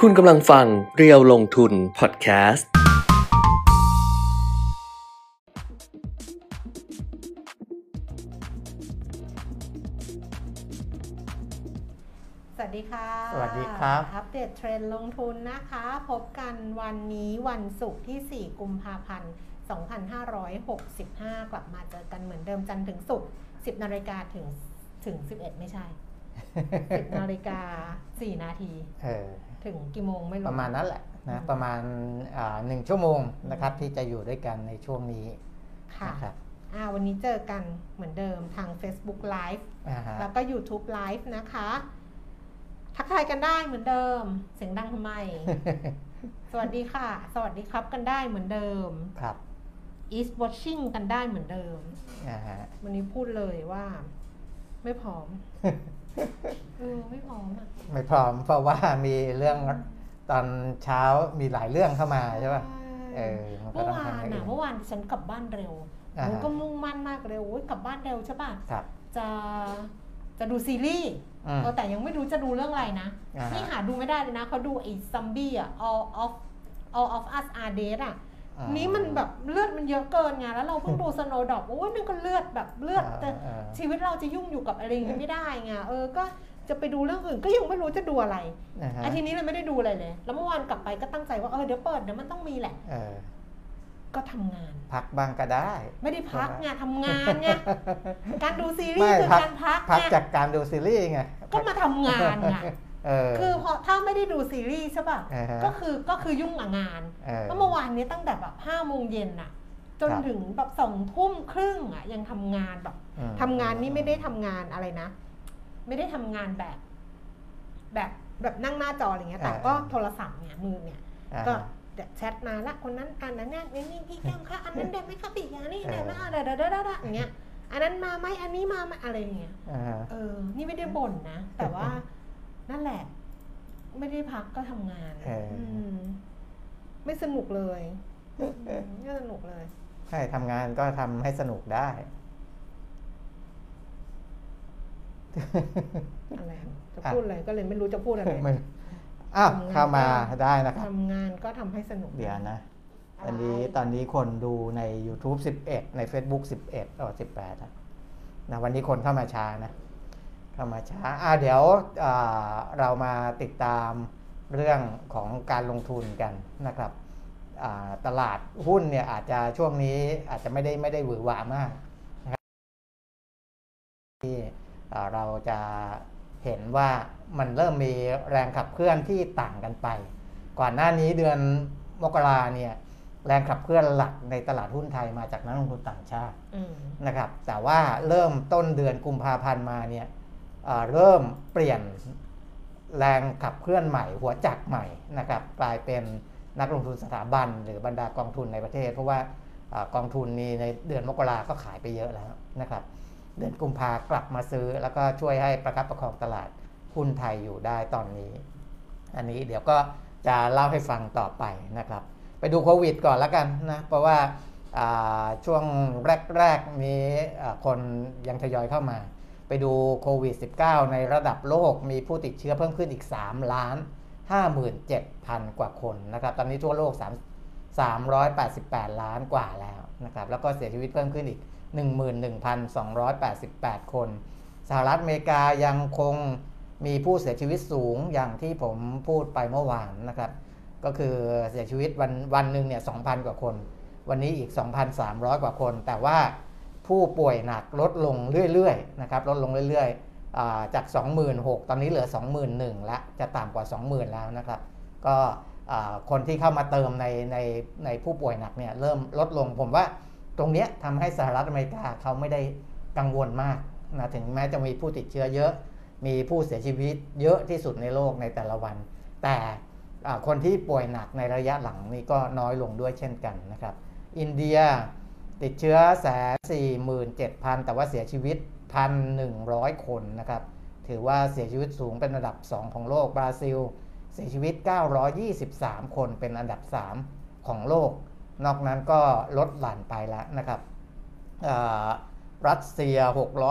คุณกำลังฟังเรียวลงทุนพอดแคสต์สวัสดีค่ะสวัสดีครับอัปเดตเทรนด์ลงทุนนะคะพบกันวันนี้วันศุกร์ที่4กุมภาพันธ์2565กลับมาเจอกันเหมือนเดิมจันทร์ถึงศุกร์ 10:00 นถึง 11ไม่ใช่ 10:04 นถึงกี่โมงไม่รู้ประมาณนั้นแหละนะประมาณ1 ชั่วโมงนะครับที่จะอยู่ด้วยกันในช่วงนี้ค่ะนะครับวันนี้เจอกันเหมือนเดิมทาง Facebook Live แล้วก็ YouTube Live นะคะทักทายกันได้เหมือนเดิมเสียงดังทำไม สวัสดีค่ะสวัสดีครับกันได้เหมือนเดิมครับ is watching กันได้เหมือนเดิมวันนี้พูดเลยว่าไม่พร้อม ไม่พร้อมอ่ะไม่พร้อมเพราะว่ามีเรื่องตอนเช้ามีหลายเรื่องเข้ามาใช่ป่ะเมื่อวานฉันกลับบ้านเร็วมันก็มุ่งมั่นมากเร็วกลับบ้านเร็วใช่ป่ะจะดูซีรีส์แต่ยังไม่รู้จะดูเรื่องอะไรนะนี่หาดูไม่ได้เลยนะเขาดูไอ้ซัมบี้อ่ะ all of us are dead อ่ะนี้มันแบบเลือดมันเยอะเกินไงแล้วเราเพิ่งดู Snowdrop โอ้ยนั่นก็เลือดแบบเลือดแต่ชีวิตเราจะยุ่งอยู่กับอะไรอย่างนี้ไม่ได้ไงก็จะไปดูเรื่องอื่นก็ยังไม่รู้จะดูอะไรอาทิตย์นี้เลยไม่ได้ดูอะไรเลยแล้วเมื่อวานกลับไปก็ตั้งใจว่าเดี๋ยวเปิดเดี๋ยวมันต้องมีแหละก็ทำงานพักบ้างก็ได้ไม่ได้พักไงทำงานไงการดูซีรีส์คือการพักจากการดูซีรีส์ไงก็มาทำงานไงคือพอถ้าไม่ได้ดูซีรีส์ใช่ป่ะก็คือยุ่งกับงานเมื่อวานนี้ตั้งแต่แบบ5 โมงเย็นน่ะจนถึงแบบ20:30อ่ะยังทำงานแบบทำงานนี่ไม่ได้ทำงานอะไรนะไม่ได้ทำงานแบบนั่งหน้าจออะไรเงี้ยแต่ก็โทรศัพท์เนี่ยมือเนี่ยก็แชทมาละคนนั้นอันนั้นเนี่ยนี่พี่แก้มค่ะอันนั้นเด็ดไหมคะพี่อย่างนี้เด็ดนะเด็ดอย่างเงี้ยอันนั้นมาไหมอันนี้มาไหมอะไรอย่างเงี้ยนี่ไม่ได้บ่นนะแต่ว่านั่นแหละไม่ได้พักก็ทำงานไม่สนุกเลยไม่สนุกเลยใช่ทำงานก็ทำให้สนุกได้อะไรจะพูดอะไรก็เลยไม่รู้จะพูดอะไรเข้ามาได้นะครับทำงานก็ทำให้สนุกเดี๋ยวนะตอนนี้คนดูใน YouTube 11ใน Facebook 11 18นะวันนี้คนเข้ามาช้านะเข้ามาช้าเดี๋ยวเรามาติดตามเรื่องของการลงทุนกันนะครับตลาดหุ้นเนี่ยอาจจะช่วงนี้อาจจะไม่ได้หวือหวามากนะครับที่เราจะเห็นว่ามันเริ่มมีแรงขับเคลื่อนที่ต่างกันไปก่อนหน้านี้เดือนมกราเนี่ยแรงขับเคลื่อนหลักในตลาดหุ้นไทยมาจากนักลงทุนต่างชาตินะครับแต่ว่าเริ่มต้นเดือนกุมภาพันธ์มาเนี่ยเริ่มเปลี่ยนแรงขับเคลื่อนใหม่หัวจักรใหม่นะครับกลายเป็นนักลงทุนสถาบันหรือบรรดากองทุนในประเทศเพราะว่ากองทุนนี้ในเดือนมกราก็ขายไปเยอะแล้วนะครับเดือนกุมภากลับมาซื้อแล้วก็ช่วยให้ประคับประคองตลาดหุ้นไทยอยู่ได้ตอนนี้อันนี้เดี๋ยวก็จะเล่าให้ฟังต่อไปนะครับไปดูโควิดก่อนแล้วกันนะเพราะว่าช่วงแรกๆมีคนยังทยอยเข้ามาไปดูโควิด -19 ในระดับโลกมีผู้ติดเชื้อเพิ่มขึ้นอีก 3,57,000 กว่าคนนะครับตอนนี้ทั่วโลก388 ล้านกว่าแล้วนะครับแล้วก็เสียชีวิตเพิ่มขึ้นอีก 11,288 คนสหรัฐอเมริกายังคงมีผู้เสียชีวิตสูงอย่างที่ผมพูดไปเมื่อวานนะครับก็คือเสียชีวิตวันหนึ่งเนี่ย 2,000 กว่าคนวันนี้อีก 2,300 กว่าคนแต่ว่าผู้ป่วยหนักลดลงเรื่อยๆนะครับลดลงเรื่อยๆจาก 26,000 ตอนนี้เหลือ 21,000 แล้วจะต่ำกว่า 20,000 แล้วนะครับก็คนที่เข้ามาเติมในผู้ป่วยหนักเนี่ยเริ่มลดลงผมว่าตรงนี้ทำให้สหรัฐอเมริกาเขาไม่ได้กังวลมากนะถึงแม้จะมีผู้ติดเชื้อเยอะมีผู้เสียชีวิตเยอะที่สุดในโลกในแต่ละวันแต่คนที่ป่วยหนักในระยะหลังนี่ก็น้อยลงด้วยเช่นกันนะครับอินเดียติดเชื้อ 147,000 แต่ว่าเสียชีวิต 1,100 คนนะครับถือว่าเสียชีวิตสูงเป็นอันดับ2ของโลกบราซิลเสียชีวิต923 คนเป็นอันดับ3ของโลกนอกนั้นก็ลดหลั่นไปแล้วนะครับรัสเซีย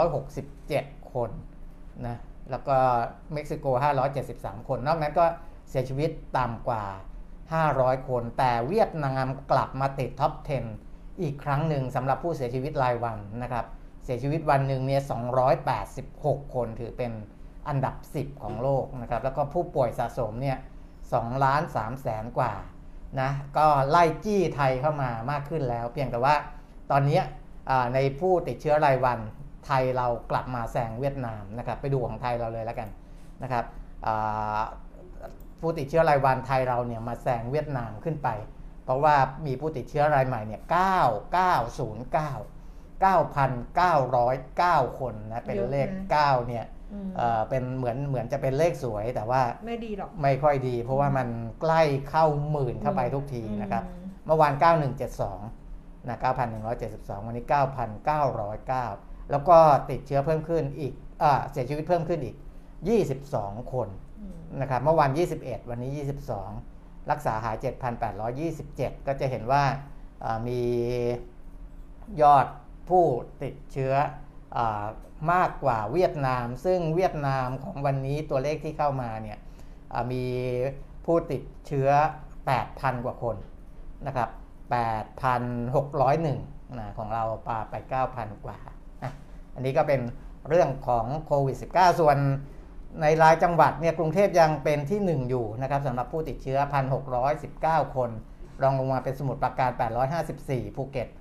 667 คนนะแล้วก็เม็กซิโก573 คนนอกนั้นก็เสียชีวิตต่ำกว่า500คนแต่เวียดนามกลับมาติดท็อป 10 อีกครั้งหนึ่งสำหรับผู้เสียชีวิตรายวันนะครับเสียชีวิตวันหนึ่งเนี่ย286 คนถือเป็นอันดับ10ของโลกนะครับแล้วก็ผู้ป่วยสะสมเนี่ย2,300,000 กว่านะก็ไล่จี้ไทยเข้ามามากขึ้นแล้วเพียงแต่ว่าตอนนี้ในผู้ติดเชื้อรายวันไทยเรากลับมาแซงเวียดนามนะครับไปดูของไทยเราเลยแล้วกันนะครับผู้ติดเชื้อรายวันไทยเราเนี่ยมาแซงเวียดนามขึ้นไปเพราะว่ามีผู้ติดเชื้อรายใหม่เนี่ย9,909 คนนะเป็นเลข9เนี่ยเป็นเหมือนจะเป็นเลขสวยแต่ว่าไม่ดีหรอกไม่ค่อยดีเพราะว่ามันใกล้เข้าหมื่นเข้าไปทุกทีนะครับเมื่อวาน9172นะ9,172วันนี้9,909แล้วก็ติดเชื้อเพิ่มขึ้นอีกเสียชีวิตเพิ่มขึ้นอีก22 คนนะครับเมื่อวาน21วันนี้22รักษาหาย 7,827 ก็จะเห็นว่ามียอดผู้ติดเชื้อมากกว่าเวียดนามซึ่งเวียดนามของวันนี้ตัวเลขที่เข้ามาเนี่ยมีผู้ติดเชื้อ 8,000 กว่าคนนะครับ 8,601 นะของเราปาไป 9,000 กว่าอันนี้ก็เป็นเรื่องของโควิด -19 ส่วนในรายจังหวัดเนี่ยกรุงเทพยังเป็นที่1อยู่นะครับสำหรับผู้ติดเชื้อ 1,619 คนรองลงมาเป็นสมุทรปราการ854ภูเก็ต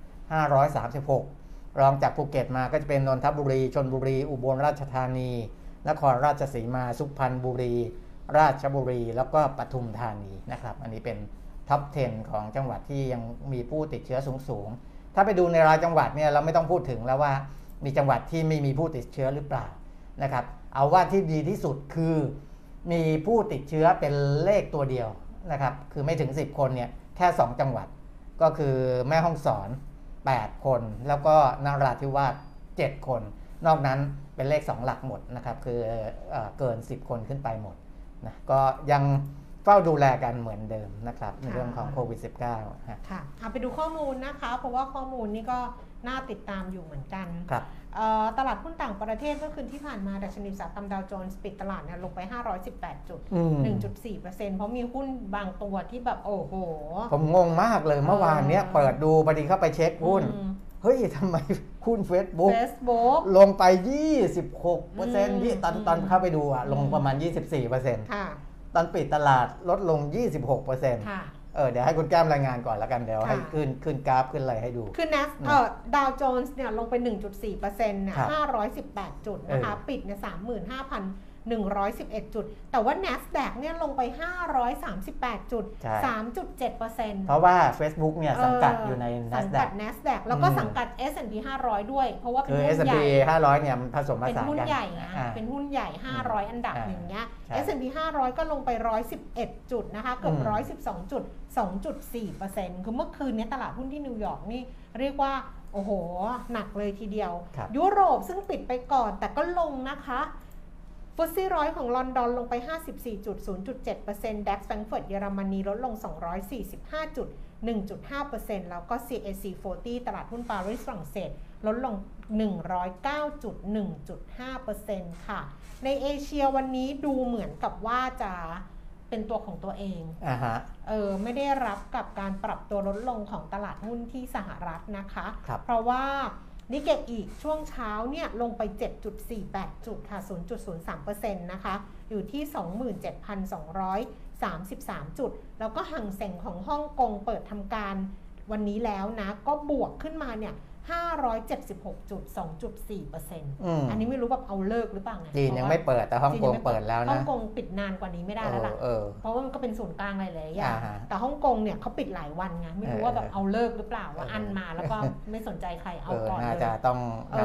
536รองจากภูเก็ตมาก็จะเป็นนนทบุรีชลบุรีอุบลราชธานีนครราชสีมาสุพรรณบุรีราชบุรีแล้วก็ปทุมธานีนะครับอันนี้เป็นท็อป 10 ของจังหวัดที่ยังมีผู้ติดเชื้อสูงถ้าไปดูในรายจังหวัดเนี่ยเราไม่ต้องพูดถึงแล้วว่ามีจังหวัดที่ไม่มีผู้ติดเชื้อหรือเปล่านะครับเอาว่าที่ดีที่สุดคือมีผู้ติดเชื้อเป็นเลขตัวเดียวนะครับคือไม่ถึง10คนเนี่ยแค่2จังหวัดก็คือแม่ฮ่องสอน8คนแล้วก็นราธิวาส7คนนอกนั้นเป็นเลข2หลักหมดนะครับคือเกิน10คนขึ้นไปหมดนะก็ยังเฝ้าดูแลกันเหมือนเดิมนะครับในเรื่องของโควิด -19 ค่ะเอาไปดูข้อมูลนะคะเพราะว่าข้อมูลนี่ก็น่าติดตามอยู่เหมือนกันครับตลาดหุ้นต่างประเทศเมื่อคืนที่ผ่านมาดัชนีอุตสาหกรรมดาวโจนส์ปิดตลาดเนี่ยลงไป518จุด 1.4% เพราะมีหุ้นบางตัวที่แบบโอ้โหผมงงมากเลยเมื่อวานเนี้ยเปิดดูพอดีเข้าไปเช็คหุ้นเฮ้ยทำไมหุ้น Facebook ลงไป 26%ที่ตอนเข้าไปดูอะลงประมาณ 24% ค่ะตอนปิดตลาดลดลง 26% ค่ะเดี๋ยวให้คุณแก้มรายงานก่อนแล้วกันเดี๋ยวให้ขึ้นกราฟขึ้นอะไรให้ดูคือดาวโจนส์เนี่ยลงไป 1.4% เนี่ย518 จุดนะคะปิดเนี่ย 35,111 จุดแต่ว่า NASDAQ เนี่ยลงไป538 จุด 3.7% เพราะว่า Facebook เนี่ยสังกัดอยู่ใน NASDAQ แล้วก็สังกัด S&P 500 ด้วยเพราะว่าเป็นหุ้นใหญ่ S&P 500 เนี่ยมันผสมผสานกันเป็นหุ้นใหญ่นะเป็นหุ้นใหญ่500อันดับอย่างเงี้ย S&P 500 ก็ลงไป111 จุดนะคะเกือบ112 จุด 2.4% คือเมื่อคืนนี้ตลาดหุ้นที่นิวยอร์กนี่เรียกว่าโอ้โหหนักเลยทีเดียวยุโรปซึ่งปิดไปก่อนแต่ก็ลงนะคะฟุตซี่100ของลอนดอนลงไป 54.0.7% DAX แฟรงก์เฟิร์ตเยอรมนีลดลง 245.1.5% แล้วก็ CAC 40 ตลาดหุ้นปารีสฝรั่งเศสลดลง 109.1.5% ค่ะในเอเชียวันนี้ดูเหมือนกับว่าจะเป็นตัวของตัวเองไม่ได้รับกับการปรับตัวลดลงของตลาดหุ้นที่สหรัฐนะคะเพราะว่านิเกอิช่วงเช้าเนี่ยลงไป 7.48 จุดค่ะ 0.03% นะคะอยู่ที่ 27,233 จุดแล้วก็หังเส็งของฮ่องกงเปิดทำการวันนี้แล้วนะก็บวกขึ้นมาเนี่ย576.2.4% อันนี้ไม่รู้แบบเอาเลิกหรือเปล่าไงจีนยังไม่เปิดแต่ฮ่องกงเปิดแล้วนะฮ่องกงปิดนานกว่านี้ไม่ได้แล้วล่ะเพราะว่ามันก็เป็นศูนย์กลางอะไรหลายอย่างแต่ฮ่องกงเนี่ยเขาปิดหลายวันไงไม่รู้ว่าแบบเอาเลิกหรือเปล่าว่าอันมาแล้วก็ไม่สนใจใครเอาก่อนเลยน่าจะต้อง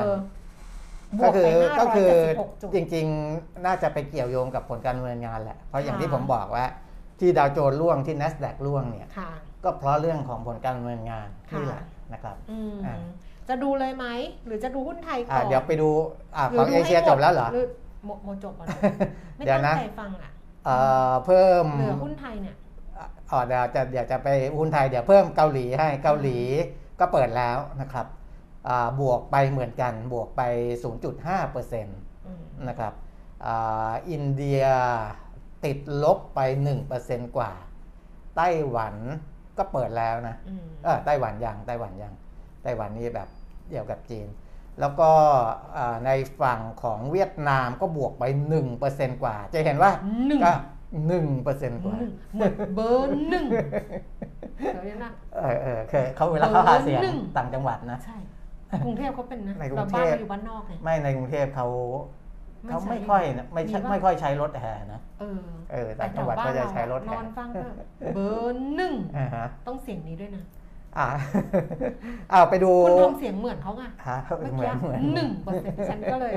ก็คือจริงๆน่าจะไปเกี่ยวโยงกับผลการดำเนินงานแหละเพราะอย่างที่ผมบอกว่าที่ดาวโจนส์ร่วงที่ NASDAQ ร่วงเนี่ยก็เพราะเรื่องของผลการดำเนินงานนี่แหละนะครับจะดูเลยไหมหรือจะดูหุ้นไทยก่อนเดี๋ยวไปดูของเอเชียจบแล้วเหรอโมจบก่อนไม่ตั้งใจฟังเพิ่มเหลือหุ้นไทยเนี่ยเดี๋ยวจะไปหุ้นไทยเดี๋ยวเพิ่มเกาหลีให้เกาหลีก็เปิดแล้วนะครับบวกไปเหมือนกันบวกไป 0.5% นะครับอินเดียติดลบไป 1% กว่าไต้หวันก็เปิดแล้วนะไต้หวันนี่แบบเดียวกับจีนแล้วก็ในฝั่งของเวียดนามก็บวกไป 1% กว่าจะเห็นว่าก็ 1% กว่าเบอร์1เดี๋ยวนะเขาเวลาเขาหาเสียงต่างจังหวัดนะใช่กรุงเทพเขาเป็นนะเราบ้านเราอยู่บ้านนอกไงไม่ในกรุงเทพเขาไม่ค่อยนะไม่ค่อยใช้รถแห่นะต่างจังหวัดก็จะใช้รถแห่นอนฟังเบอร์1ต้องเสียงนี้ด้วยนะไปดูคุณทำเสียงเหมือนเขาไงเหมือน 1%ฉันก็เลย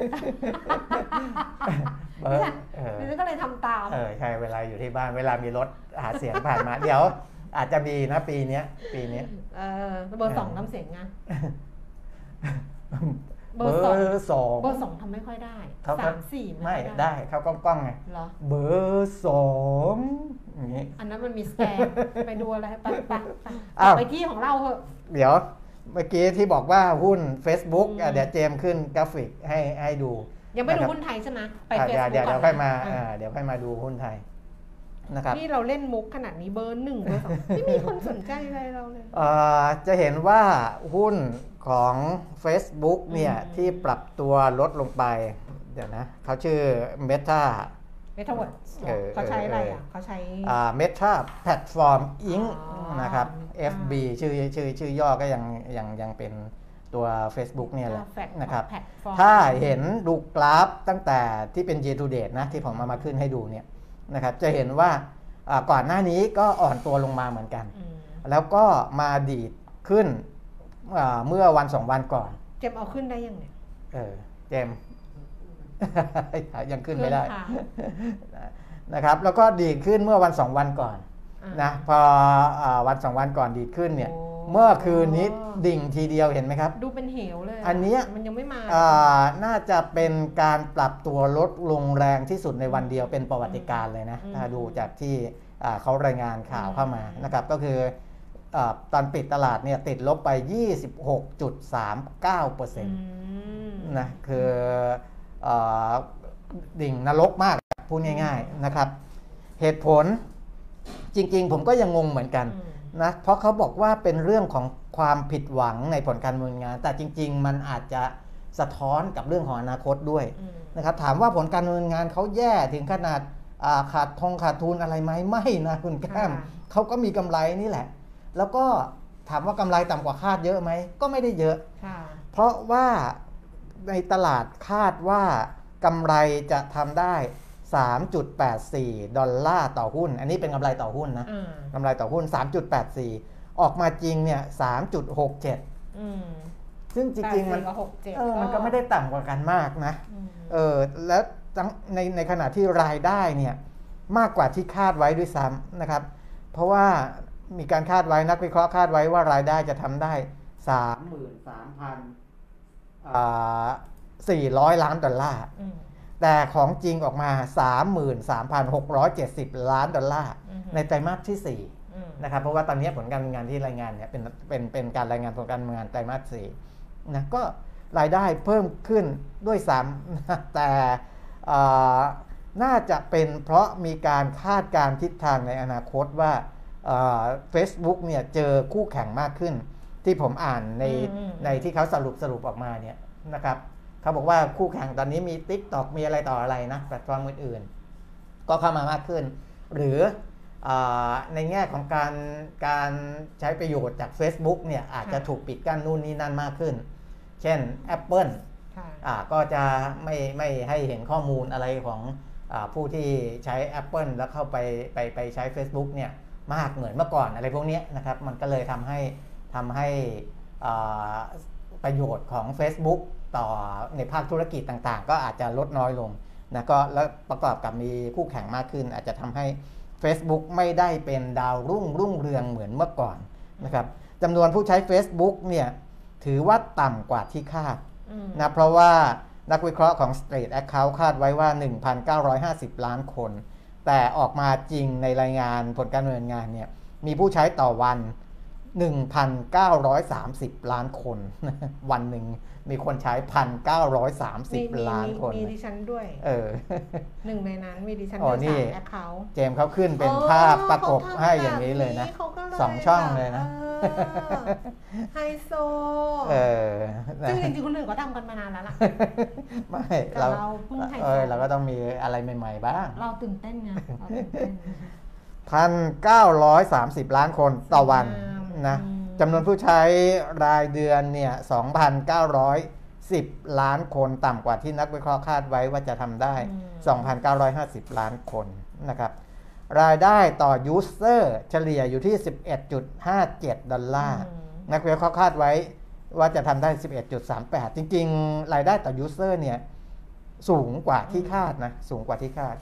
นี่ก็เลยทำตามใช่เวลาอยู่ที่บ้านเวลามีรถหาเสียงผ่านมาเดี๋ยวอาจจะมีนะปีนี้เบอร์2ทำเสียงไงเบอร์2ทำไม่ค่อยได้3 4 ไม่ได้เขาก้องๆไงเบอร์2อย่างนี้อันนั้นมันมีสแกนไปดูอะไรไปที่ของเราเหอะเดี๋ยวเมื่อกี้ที่บอกว่าหุ้น Facebook เดี๋ยวเจมขึ้นกราฟิกให้ดูยังไม่ดูหุ้นไทยใช่ไหมไป Facebook เดี๋ยวค่อยมาดูหุ้นไทยนะครับนี่เราเล่นมุกขนาดนี้เบอร์ 1เบอร์ 2ไม่มีคนสนใจอะไรเราเลยจะเห็นว่าหุ้นของ Facebook เนี่ยที่ปรับตัวลดลงไปเดี๋ยวนะเขาชื่อ Metaverse เขาใช้อะไรเขาใช้ Meta Platform Inc นะครับ FB ชื่อย่อก็ยังเป็นตัว Facebook เนี่ยแหละนะครับถ้าเห็นดูกราฟตั้งแต่ที่เป็น year to date นะที่ผมมาขึ้นให้ดูเนี่ยนะครับจะเห็นว่าก่อนหน้านี้ก็อ่อนตัวลงมาเหมือนกันแล้วก็มาดีดขึ้นเมื่อวัน2วันก่อนเจมเอาขึ้นได้ยังเนี่ยเจมยังขึ้นไม่ได้นะครับแล้วก็ดีดขึ้นเมื่อวัน2วันก่อนนะพอวัน2วันก่อนดีดขึ้นเนี่ยเมื่อคืนนี้ดิ่งทีเดียวเห็นไหมครับดูเป็นเหวเลยอันนี้มันยังไม่มาน่าจะเป็นการปรับตัวลดลงแรงที่สุดในวันเดียวเป็นประวัติการณ์เลยนะถ้าดูจากที่เขารายงานข่าวเข้ามานะครับก็คือตอนปิดตลาดเนี่ยติดลบไป 26.39% นะคือดิ่งนรกมากพูดง่ายๆนะครับเหตุผลจริงๆผมก็ยังงงเหมือนกันนะเพราะเขาบอกว่าเป็นเรื่องของความผิดหวังในผลการดำเนินงานแต่จริงๆมันอาจจะสะท้อนกับเรื่องของอนาคตด้วยนะครับถามว่าผลการดำเนินงานเขาแย่ถึงขนาดขาดทุนอะไรไหมไม่นะคุณแก้มเขาก็มีกำไรนี่แหละแล้วก็ถามว่ากำไรต่ำกว่าคาดเยอะไหมก็ไม่ได้เยอะเพราะว่าในตลาดคาดว่ากำไรจะทำได้ 3.84 ดอลลาร์ต่อหุ้นอันนี้เป็นกำไรต่อหุ้นนะกำไรต่อหุ้น 3.84 ออกมาจริงเนี่ย 3.67 ซึ่งจริงๆมันก็ไม่ได้ต่ำกว่ากันมากนะแล้วในขณะที่รายได้เนี่ยมากกว่าที่คาดไว้ด้วยซ้ำนะครับเพราะว่ามีการคาดไว้นักวิเคราะห์คาดไว้ว่ารายได้จะทำได้ 33,400 ล้านดอลลาร์แต่ของจริงออกมา 33,670 ล้านดอลลาร์ในไตรมาสที่4นะครับเพราะว่าตอนนี้ผลการดำเนินงานที่รายงานเนี่ยเป็นการรายงานผลการดำเนินงานไตรมาส4นะก็รายได้เพิ่มขึ้นด้วยซ้ำแต่น่าจะเป็นเพราะมีการคาดการทิศทางในอนาคตว่าFacebook เนี่ยเจอคู่แข่งมากขึ้นที่ผมอ่านในที่เขาสรุปออกมาเนี่ยนะครับเขาบอกว่าคู่แข่งตอนนี้มี TikTok มีอะไรต่ออะไรนะแพลตฟอร์มอื่นๆก็เข้ามามากขึ้นหรือในแง่ของการใช้ประโยชน์จาก Facebook เนี่ยอาจจะถูกปิดกั้นนู่นนี่นั่นมากขึ้นเช่น Apple ก็จะไม่ให้เห็นข้อมูลอะไรของผู้ที่ใช้ Apple แล้วเข้าไปใช้ Facebook เนี่ยมากเหมือนเมื่อก่อนอะไรพวกนี้นะครับมันก็เลยทำให้ประโยชน์ของ Facebook ต่อในภาคธุรกิจต่างๆก็อาจจะลดน้อยลงนะก็แล้วประกอบกับมีคู่แข่งมากขึ้นอาจจะทำให้ Facebook ไม่ได้เป็นดาวรุ่งเรืองเหมือนเมื่อก่อนนะครับจำนวนผู้ใช้ Facebook เนี่ยถือว่าต่ำกว่าที่คาดนะเพราะว่านักวิเคราะห์ของ Street Account คาดไว้ว่า 1,950 ล้านคนแต่ออกมาจริงในรายงานผลการดำเนินงานเนี่ยมีผู้ใช้ต่อวัน 1,930 ล้านคนวันหนึ่งมีคนใช้ 1,930 ล้านคนมีดิฉันด้วยหนึ่งในนั้นมีดิฉันด้วย3 แอคเคาท์เจมเขาขึ้นเป็นภาพประกบให้อย่างนี้เลยนะ2 ช่องเลยนะไฮโซซึ่งจริงๆคนอื่นก็ทำกันมานานแล้วล่ะไม่เราเพิ่งไฮโซเราก็ต้องมีอะไรใหม่ๆบ้างเราตื่นเต้นไง 1,930 ล้านคนต่อวันนะจำนวนผู้ใช้รายเดือนเนี่ย 2,910 ล้านคนต่ำกว่าที่นักวิเคราะห์คาดไว้ว่าจะทำได้ 2,950 ล้านคนนะครับรายได้ต่อยูสเซอร์เฉลี่ยอยู่ที่ 11.57 ดอลลาร์นักวิเคราะห์คาดไว้ว่าจะทำได้ 11.38 จริงๆรายได้ต่อยูสเซอร์เนี่ยสูงกว่าที่คาดนะสูงกว่าที่คาด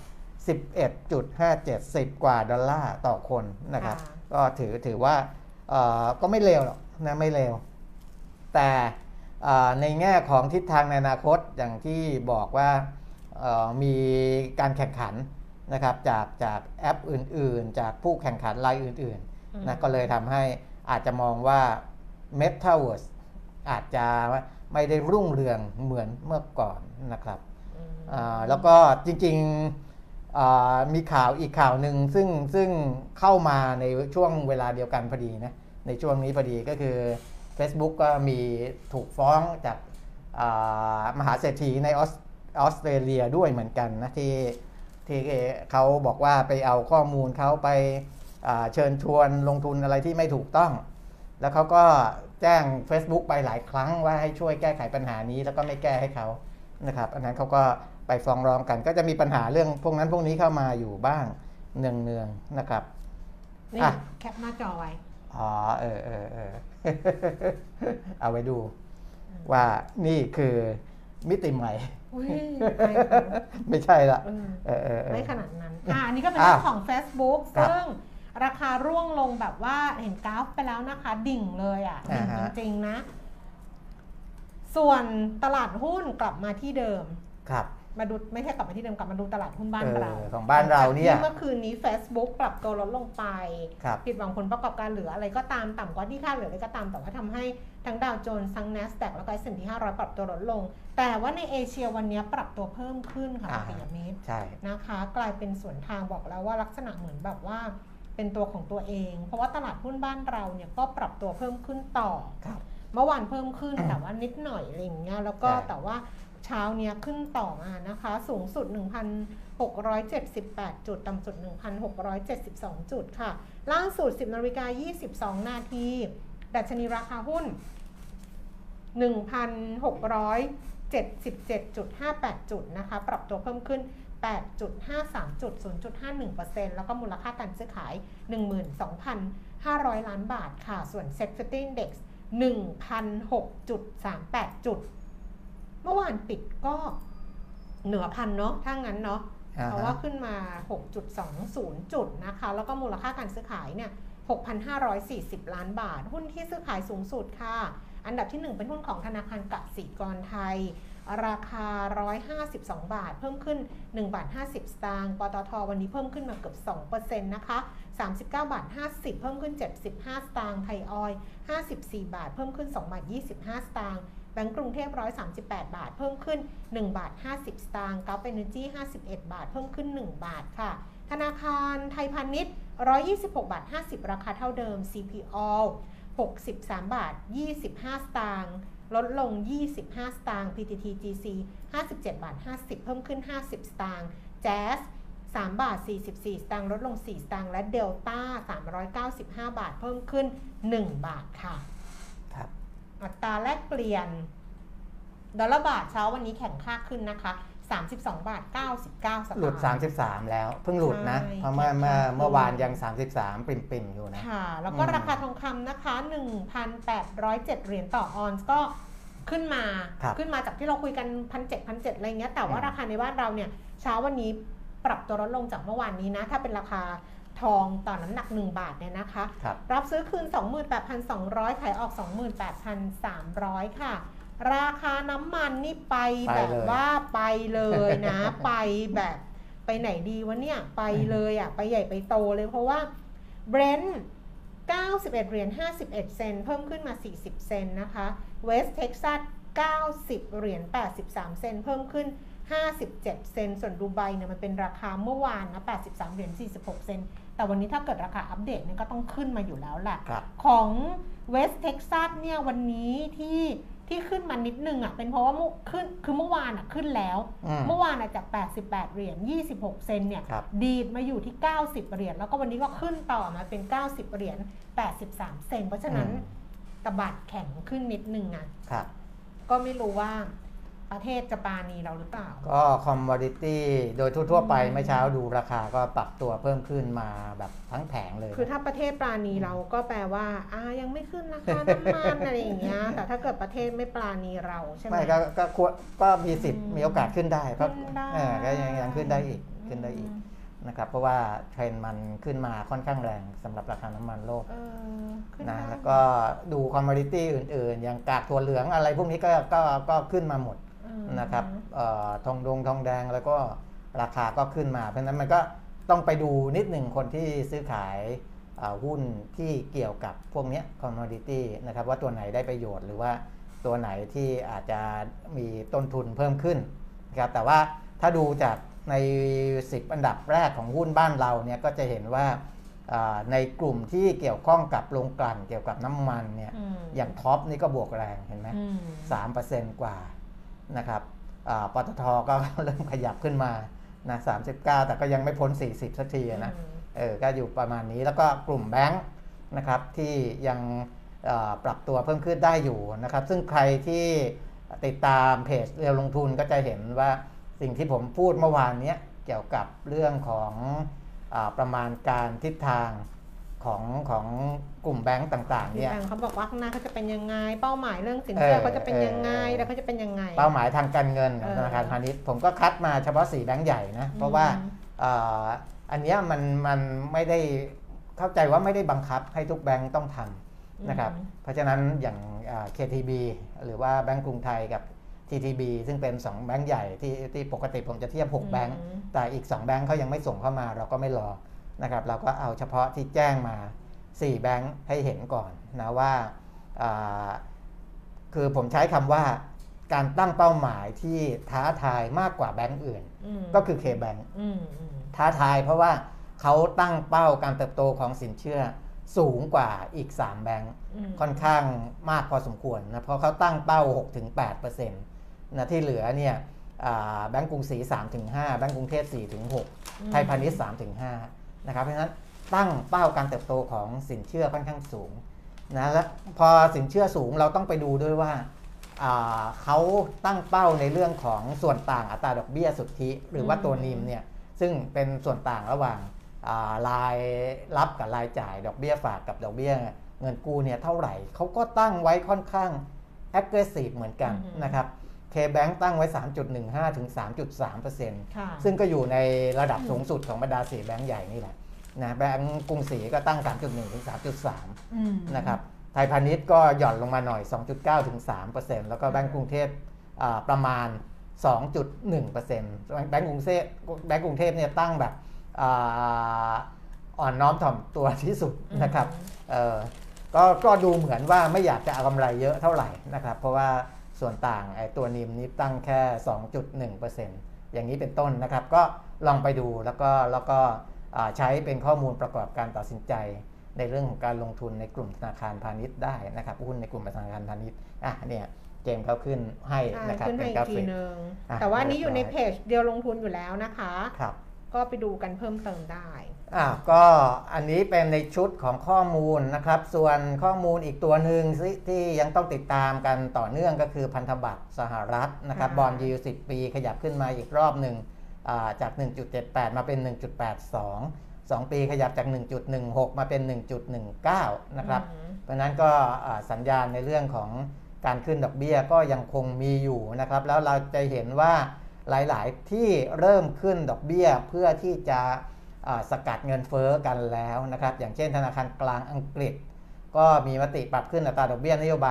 11.57 กว่าดอลลาร์ต่อคนนะครับก็ถือว่าก็ไม่เลวหรอกนะไม่เลวแต่ในแง่ของทิศทางในอนาคตอย่างที่บอกว่ามีการแข่งขันนะครับจากแอปอื่นๆจากผู้แข่งขันรายอื่นๆนะก็เลยทำให้อาจจะมองว่า Metaverse อาจจะไม่ได้รุ่งเรืองเหมือนเมื่อก่อนนะครับแล้วก็จริงๆมีข่าวอีกข่าวหนึ่งซึ่งเข้ามาในช่วงเวลาเดียวกันพอดีนะในช่วงนี้พอดีก็คือ Facebook ก็มีถูกฟ้องจากมหาเศรษฐีในออสเตรเลียด้วยเหมือนกันนะที่เขาบอกว่าไปเอาข้อมูลเขาไปเชิญชวนลงทุนอะไรที่ไม่ถูกต้องแล้วเขาก็แจ้ง Facebook ไปหลายครั้งว่าให้ช่วยแก้ไขปัญหานี้แล้วก็ไม่แก้ให้เขานะครับอันนั้นเขาก็ไปฟ้องร้องกันก็จะมีปัญหาเรื่องพวกนั้นพวกนี้เข้ามาอยู่บ้างเนืองๆนะครับนี่แคปหน้าจอไว้เอาไว้ดูว่านี่คือมิติใหม่ไม่ใช่ละไม่ขนาดนั้นอันนี้ก็เป็นเรื่องของ Facebook ซึ่งราคาร่วงลงแบบว่าเห็นกราฟไปแล้วนะคะดิ่งเลยดิ่งจริงๆนะส่วนตลาดหุ้นกลับมาที่เดิมครับมาดูไม่ใช่กลับมาที่เดิมกลับมาดูตลาดหุ้นบ้านเราของบ้านเราเนี่ยเมื่อคืนนี้ Facebook ปรับตัวลดลงไปผิดหวังผลประกอบการเหลืออะไรก็ตามต่ำกว่าที่คาดเหลืออะไรก็ตามแต่ว่าทำให้ทั้งดาวโจนส์ทั้ง NASDAQ แล้วก็ S&P 500 ปรับตัวลดลงแต่ว่าในเอเชียวันนี้ปรับตัวเพิ่มขึ้นค่ะปิยมิตรนะคะกลายเป็นสวนทางบอกแล้วว่าลักษณะเหมือนแบบว่าเป็นตัวของตัวเองเพราะว่าตลาดหุ้นบ้านเราเนี่ยก็ปรับตัวเพิ่มขึ้นต่อเมื่อวานเพิ่มขึ้นแต่ว่านิดหน่อยอะไรอย่างเงี้ยแล้วก็แต่ว่าเช้าเนี้ยขึ้นต่อมานะคะสูงสุด 1,678 จุดต่ำสุด 1,672 จุดค่ะล่าสุด 10:22 นาทีดัชนีราคาหุ้น 1,677.58 จุดนะคะปรับตัวเพิ่มขึ้น 8.53 จุด 0.51% แล้วก็มูลค่าการซื้อขาย 12,500 ล้านบาทค่ะส่วน Set 50 Index 1,006.38 จุดเมื่อวานปิดก็เหนือพันเนาะถ้างั้นเนาะเพราะว่าขึ้นมา 6.20 จุดนะคะแล้วก็มูลค่าการซื้อขายเนี่ย 6,540 ล้านบาทหุ้นที่ซื้อขายสูงสุดค่ะอันดับที่1เป็นหุ้นของธนาคารกสิกรไทยราคา152บาทเพิ่มขึ้น1 บาท 50 สตางค์ปตท.วันนี้เพิ่มขึ้นมาเกือบ 2% นะคะ39 บาท 50เพิ่มขึ้น75 สตางค์ไทยออยล์54 บาทเพิ่มขึ้น2 บาท 25 สตางค์แบงก์กรุงเทพ138 บาทเพิ่มขึ้น1 บาท 50 สตางค์กัลฟเอเนอร์จี้51 บาทเพิ่มขึ้น1 บาทค่ะธนาคารไทยพาณิชย์126 บาท 50ราคาเท่าเดิม CPO 63 บาท 25 สตางค์ลดลง25 สตางค์ PTTGC 57 บาท 50เพิ่มขึ้น50 สตางค์ Jazz 3 บาท 44 สตางค์ลดลง4 สตางค์และเดลต้า395 บาทเพิ่มขึ้น1 บาทค่ะครับอัตราแลกเปลี่ยนดอลลาร์บาทเช้าวันนี้แข็งค่าขึ้นนะคะ32 บาท 99 สตางค์หลุด33แล้วเพิ่งหลุดนะเพราะเมื่อวานยัง33ปริ่มๆอยู่นะค่ะแล้วก็ราคาทองคำนะคะ 1,807 เหรียญต่อออนซ์ก็ขึ้นมาจากที่เราคุยกัน 1,700 อะไรเงี้ยแต่ว่าราคาในบ้านเราเนี่ยเช้าวันนี้ปรับตัวลดลงจากเมื่อวานนี้นะถ้าเป็นราคาทองต่อน้ำหนัก1 บาทเนี่ยนะคะรับซื้อคืน 28,200 ขายออก 28,300 ค่ะราคาน้ำมันนี่ไปแบบว่าไปเลยนะไปแบบไปไหนดีวะเนี่ยไปเลยอ่ะไปใหญ่ไปโตเลยเพราะว่าเบรนท์ 91เหรียญ51เซนต์เพิ่มขึ้นมา40เซนต์นะคะเวสต์เท็กซัส90เหรียญ83เซนต์เพิ่มขึ้น57เซนต์ส่วนดูไบเนี่ยมันเป็นราคาเมื่อวานนะ83เหรียญ46เซนต์แต่วันนี้ถ้าเกิดราคาอัปเดตเนี่ยก็ต้องขึ้นมาอยู่แล้วแหละของเวสต์เท็กซัสเนี่ยวันนี้ที่ขึ้นมานิดนึงอ่ะเป็นเพราะว่าคือเมื่อวานอ่ะขึ้นแล้วเมื่อวานจาก88เหรียญ26เซนเนี่ยดีดมาอยู่ที่90เหรียญแล้วก็วันนี้ก็ขึ้นต่อมาเป็น90เหรียญ83เซนเพราะฉะนั้นตบาดแข็งขึ้นนิดนึงอ่ะก็ไม่รู้ว่าประเทศจะปราณีเราหรือเปล่าก็คอมมอดิตี้โดยทั่วๆไปเมื่อเช้าดูราคาก็ปรับตัวเพิ่มขึ้นมาแบบทั้งแผงเลยคือถ้าประเทศปราณีเราก็แปลว่ายังไม่ขึ้นราคาน้ำมันอะไรอย่างเงี้ยแต่ถ้าเกิดประเทศไม่ปราณีเราใช่ไหมไม่ก็มีสิทธิ์มีโอกาสขึ้นได้ก็ยังขึ้นได้อีกนะครับเพราะว่าเทรนด์มันขึ้นมาค่อนข้างแรงสำหรับราคาน้ำมันโลกนะแล้วก็ดูคอมมอดิตี้อื่นๆอย่างกากถั่วเหลืองอะไรพวกนี้ก็ขึ้นมาหมดนะครับทองแดงแล้วก็ราคาก็ขึ้นมาเพราะฉะนั้นมันก็ต้องไปดูนิดหนึ่งคนที่ซื้อขายหุ้นที่เกี่ยวกับพวกนี้คอมมอดิตี้นะครับว่าตัวไหนได้ประโยชน์หรือว่าตัวไหนที่อาจจะมีต้นทุนเพิ่มขึ้นนะครับแต่ว่าถ้าดูจากใน10อันดับแรกของหุ้นบ้านเราเนี่ยก็จะเห็นว่าในกลุ่มที่เกี่ยวข้องกับโรงกลั่นเกี่ยวกับน้ำมันเนี่ยอย่างท็อปนี่ก็บวกแรงเห็นไหม3%กว่านะครับปตท.ก็เริ่มขยับขึ้นมานะ39แต่ก็ยังไม่พ้น40สักทีนะก็อยู่ประมาณนี้แล้วก็กลุ่มแบงค์นะครับที่ยังปรับตัวเพิ่มขึ้นได้อยู่นะครับซึ่งใครที่ติดตามเพจเรียวลงทุนก็จะเห็นว่าสิ่งที่ผมพูดเมื่อวานนี้เกี่ยวกับเรื่องของประมาณการทิศทางของกลุ่มแบงก์ต่างๆเนี่ยเขาบอกว่าข้างหน้าเขาจะเป็นยังไงเป้าหมายเรื่องสินเชื่อเขาจะเป็นยังไงแล้วเขาจะเป็นยังไงเป้าหมายทางการเงินของธนาคารพาณิชย์ผมก็คัดมาเฉพาะ4แบงก์ใหญ่นะเพราะว่าอันนี้มันไม่ได้เข้าใจว่าไม่ได้บังคับให้ทุกแบงก์ต้องทำนะครับเพราะฉะนั้นอย่างKTB หรือว่าแบงก์กรุงไทยกับ TTB ซึ่งเป็น2แบงก์ใหญ่ที่ปกติผมจะเทียบ6แบงก์แต่อีก2แบงก์เขายังไม่ส่งเข้ามาเราก็ไม่รอนะครับเราก็เอาเฉพาะที่แจ้งมา4แบงก์ให้เห็นก่อนนะว่าคือผมใช้คำว่าการตั้งเป้าหมายที่ท้าทายมากกว่าแบงก์อื่นก็คือ K-Bank ท้าทายเพราะว่าเขาตั้งเป้าการเติบโตของสินเชื่อสูงกว่าอีก3แบงก์ค่อนข้างมากพอสมควรนะเพราะเขาตั้งเป้า 6-8% นะที่เหลือเนี่ยแบงก์กรุงศรี 3-5 แบงก์กรุงเทพ 4-6 ไทยพาณิชย์ 3-5 นะครับเพราะฉะนั้นตั้งเป้าการเติบโตของสินเชื่อค่อนข้างสูงนะและพอสินเชื่อสูงเราต้องไปดูด้วยว่าเขาตั้งเป้าในเรื่องของส่วนต่างอัตราดอกเบี้ยสุทธิหรือว่าตัวนิมเนี่ยซึ่งเป็นส่วนต่างระหว่างรายรับกับรายจ่ายดอกเบี้ยฝากกับดอกเบี้ยเงินกู้เนี่ยเท่าไหร่เขาก็ตั้งไว้ค่อนข้าง aggressive เหมือนกันนะครับ K-Bank ตั้งไว้ 3.15 ถึง 3.3% ซึ่งก็อยู่ในระดับสูงสุดของบรรดา4แบงก์ใหญ่นี่แหละนะแบงก์กรุงศรีก็ตั้ง 3.1 ถึง 3.3 นะครับไทยพาณิชย์ก็หย่อนลงมาหน่อย 2.9 ถึง 3% แล้วก็แบงก์กรุงเทพประมาณ 2.1% แบงก์กรุงเทพเนี่ยตั้งแบบอ่อนน้อมถ่อมตัวที่สุดนะครับก็ดูเหมือนว่าไม่อยากจะเอากำไรเยอะเท่าไหร่นะครับเพราะว่าส่วนต่างไอ้ตัวนิมนี้ตั้งแค่ 2.1% อย่างนี้เป็นต้นนะครับก็ลองไปดูแล้วก็ใช้เป็นข้อมูลประกอบการตัดสินใจในเรื่องของการลงทุนในกลุ่มธนาคารพาณิชย์ได้นะครับหุ้นในกลุ่มธนาคารพาณิชย์เนี่ยเกมเขาขึ้นให้นะครับเป็นกราฟิกแต่ว่านี้อยู่ในเพจเดียวลงทุนอยู่แล้วนะคะครับก็ไปดูกันเพิ่มเติมได้ก็อันนี้เป็นในชุดของข้อมูลนะครับส่วนข้อมูลอีกตัวหนึ่งที่ยังต้องติดตามกันต่อเนื่องก็คือพันธบัตรสหรัฐนะครับบอนด์ยิลด์10 ปีขยับขึ้นมาอีกรอบหนึ่งจาก 1.78 มาเป็น 1.82 2 ปีขยับจาก 1.16 มาเป็น 1.19 นะครับเพราะนั้นก็สัญญาณในเรื่องของการขึ้นดอกเบี้ยก็ยังคงมีอยู่นะครับแล้วเราจะเห็นว่าหลายๆที่เริ่มขึ้นดอกเบี้ยเพื่อที่จะสกัดเงินเฟ้อกันแล้วนะครับอย่างเช่นธนาคารกลางอังกฤษก็มีมติปรับขึ้นอัตราดอกเบี้ยนโยบาย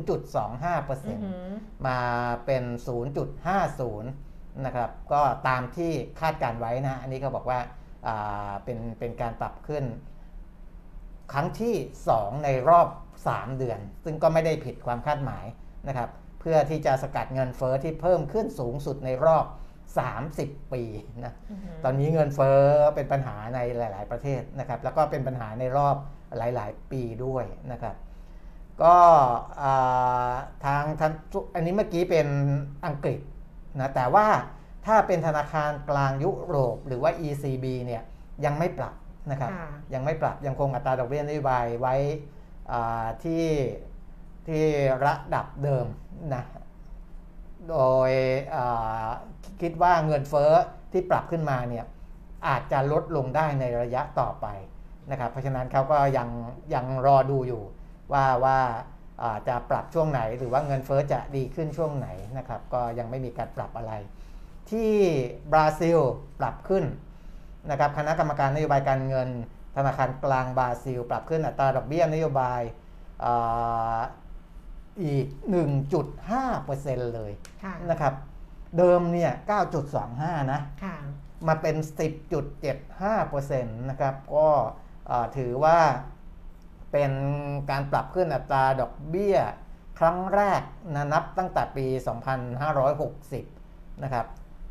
0.25% มาเป็น 0.50 นะครับก็ตามที่คาดการไว้นะอันนี้เขาบอกว่าเป็นการปรับขึ้นครั้งที่2ในรอบ3เดือนซึ่งก็ไม่ได้ผิดความคาดหมายนะครับเพื่อที่จะสกัดเงินเฟ้อที่เพิ่มขึ้นสูงสุดในรอบ30 ปีนะตอนนี้เงินเฟ้อเป็นปัญหาในหลายๆประเทศนะครับแล้วก็เป็นปัญหาในรอบหลายๆปีด้วยนะครับก็ทางอันนี้เมื่อกี้เป็นอังกฤษนะแต่ว่าถ้าเป็นธนาคารกลางยุโรปหรือว่า ECB เนี่ยยังไม่ปรับนะครับยังไม่ปรับยังคงอัตราดอกเบี้ยนโยบายไว้ที่ระดับเดิมนะโดยคิดว่าเงินเฟ้อที่ปรับขึ้นมาเนี่ยอาจจะลดลงได้ในระยะต่อไปนะครับเพราะฉะนั้นเขาก็ยังรอดูอยู่ว่าจะปรับช่วงไหนหรือว่าเงินเฟ้อจะดีขึ้นช่วงไหนนะครับก็ยังไม่มีการปรับอะไรที่บราซิลปรับขึ้นนะครับคณะกรรมการนโยบายการเงินธนาคารกลางบราซิลปรับขึ้นอัตราดอกเบี้ยนโยบายอีก 1.5% เลยนะครับเดิมเนี่ย 9.25 นะมาเป็น 10.75% นะครับก็ถือว่าเป็นการปรับขึ้นอัตราดอกเบี้ยครั้งแรกนะนับตั้งแต่ปี 2560 นะครับ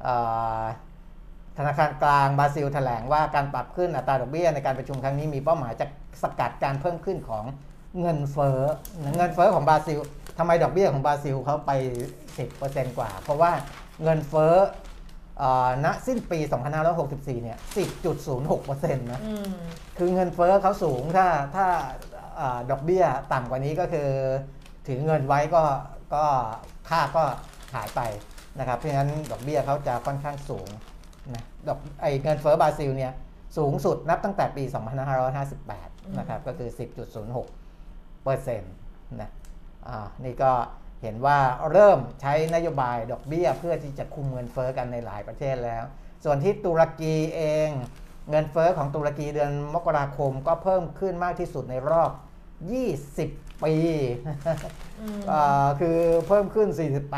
ธนาคารกลางบราซิลแถลงว่าการปรับขึ้นอัตราดอกเบี้ยในการประชุมครั้งนี้มีเป้าหมายจะสกัดการเพิ่มขึ้นของเงินเฟ้อของบราซิลทำไมดอกเบี้ยของบราซิลเขาไป 10% กว่าเพราะว่าเงินเฟ้อณสิ้นปี 2564 เนี่ย 10.06% นะคือเงินเฟ้อเขาสูงถ้าดอกเบี้ยต่ำกว่านี้ก็คือถือเงินไว้ก็ค่าก็หายไปนะครับเพราะฉะนั้นดอกเบี้ยเขาจะค่อนข้างสูงนะเงินเฟ้อบราซิลเนี่ยสูงสุดนับตั้งแต่ปี 2558 นะครับก็คือ 10.06% นะนี่ก็เห็นว่าเริ่มใช้นโยบายดอกเบี้ยเพื่อที่จะคุมเงินเฟ้อกันในหลายประเทศแล้วส่วนที่ตุรกีเองเงินเฟ้อของตุรกีเดือนมกราคมก็เพิ่มขึ้นมากที่สุดในรอบ20 ปีคือเพิ่มขึ้น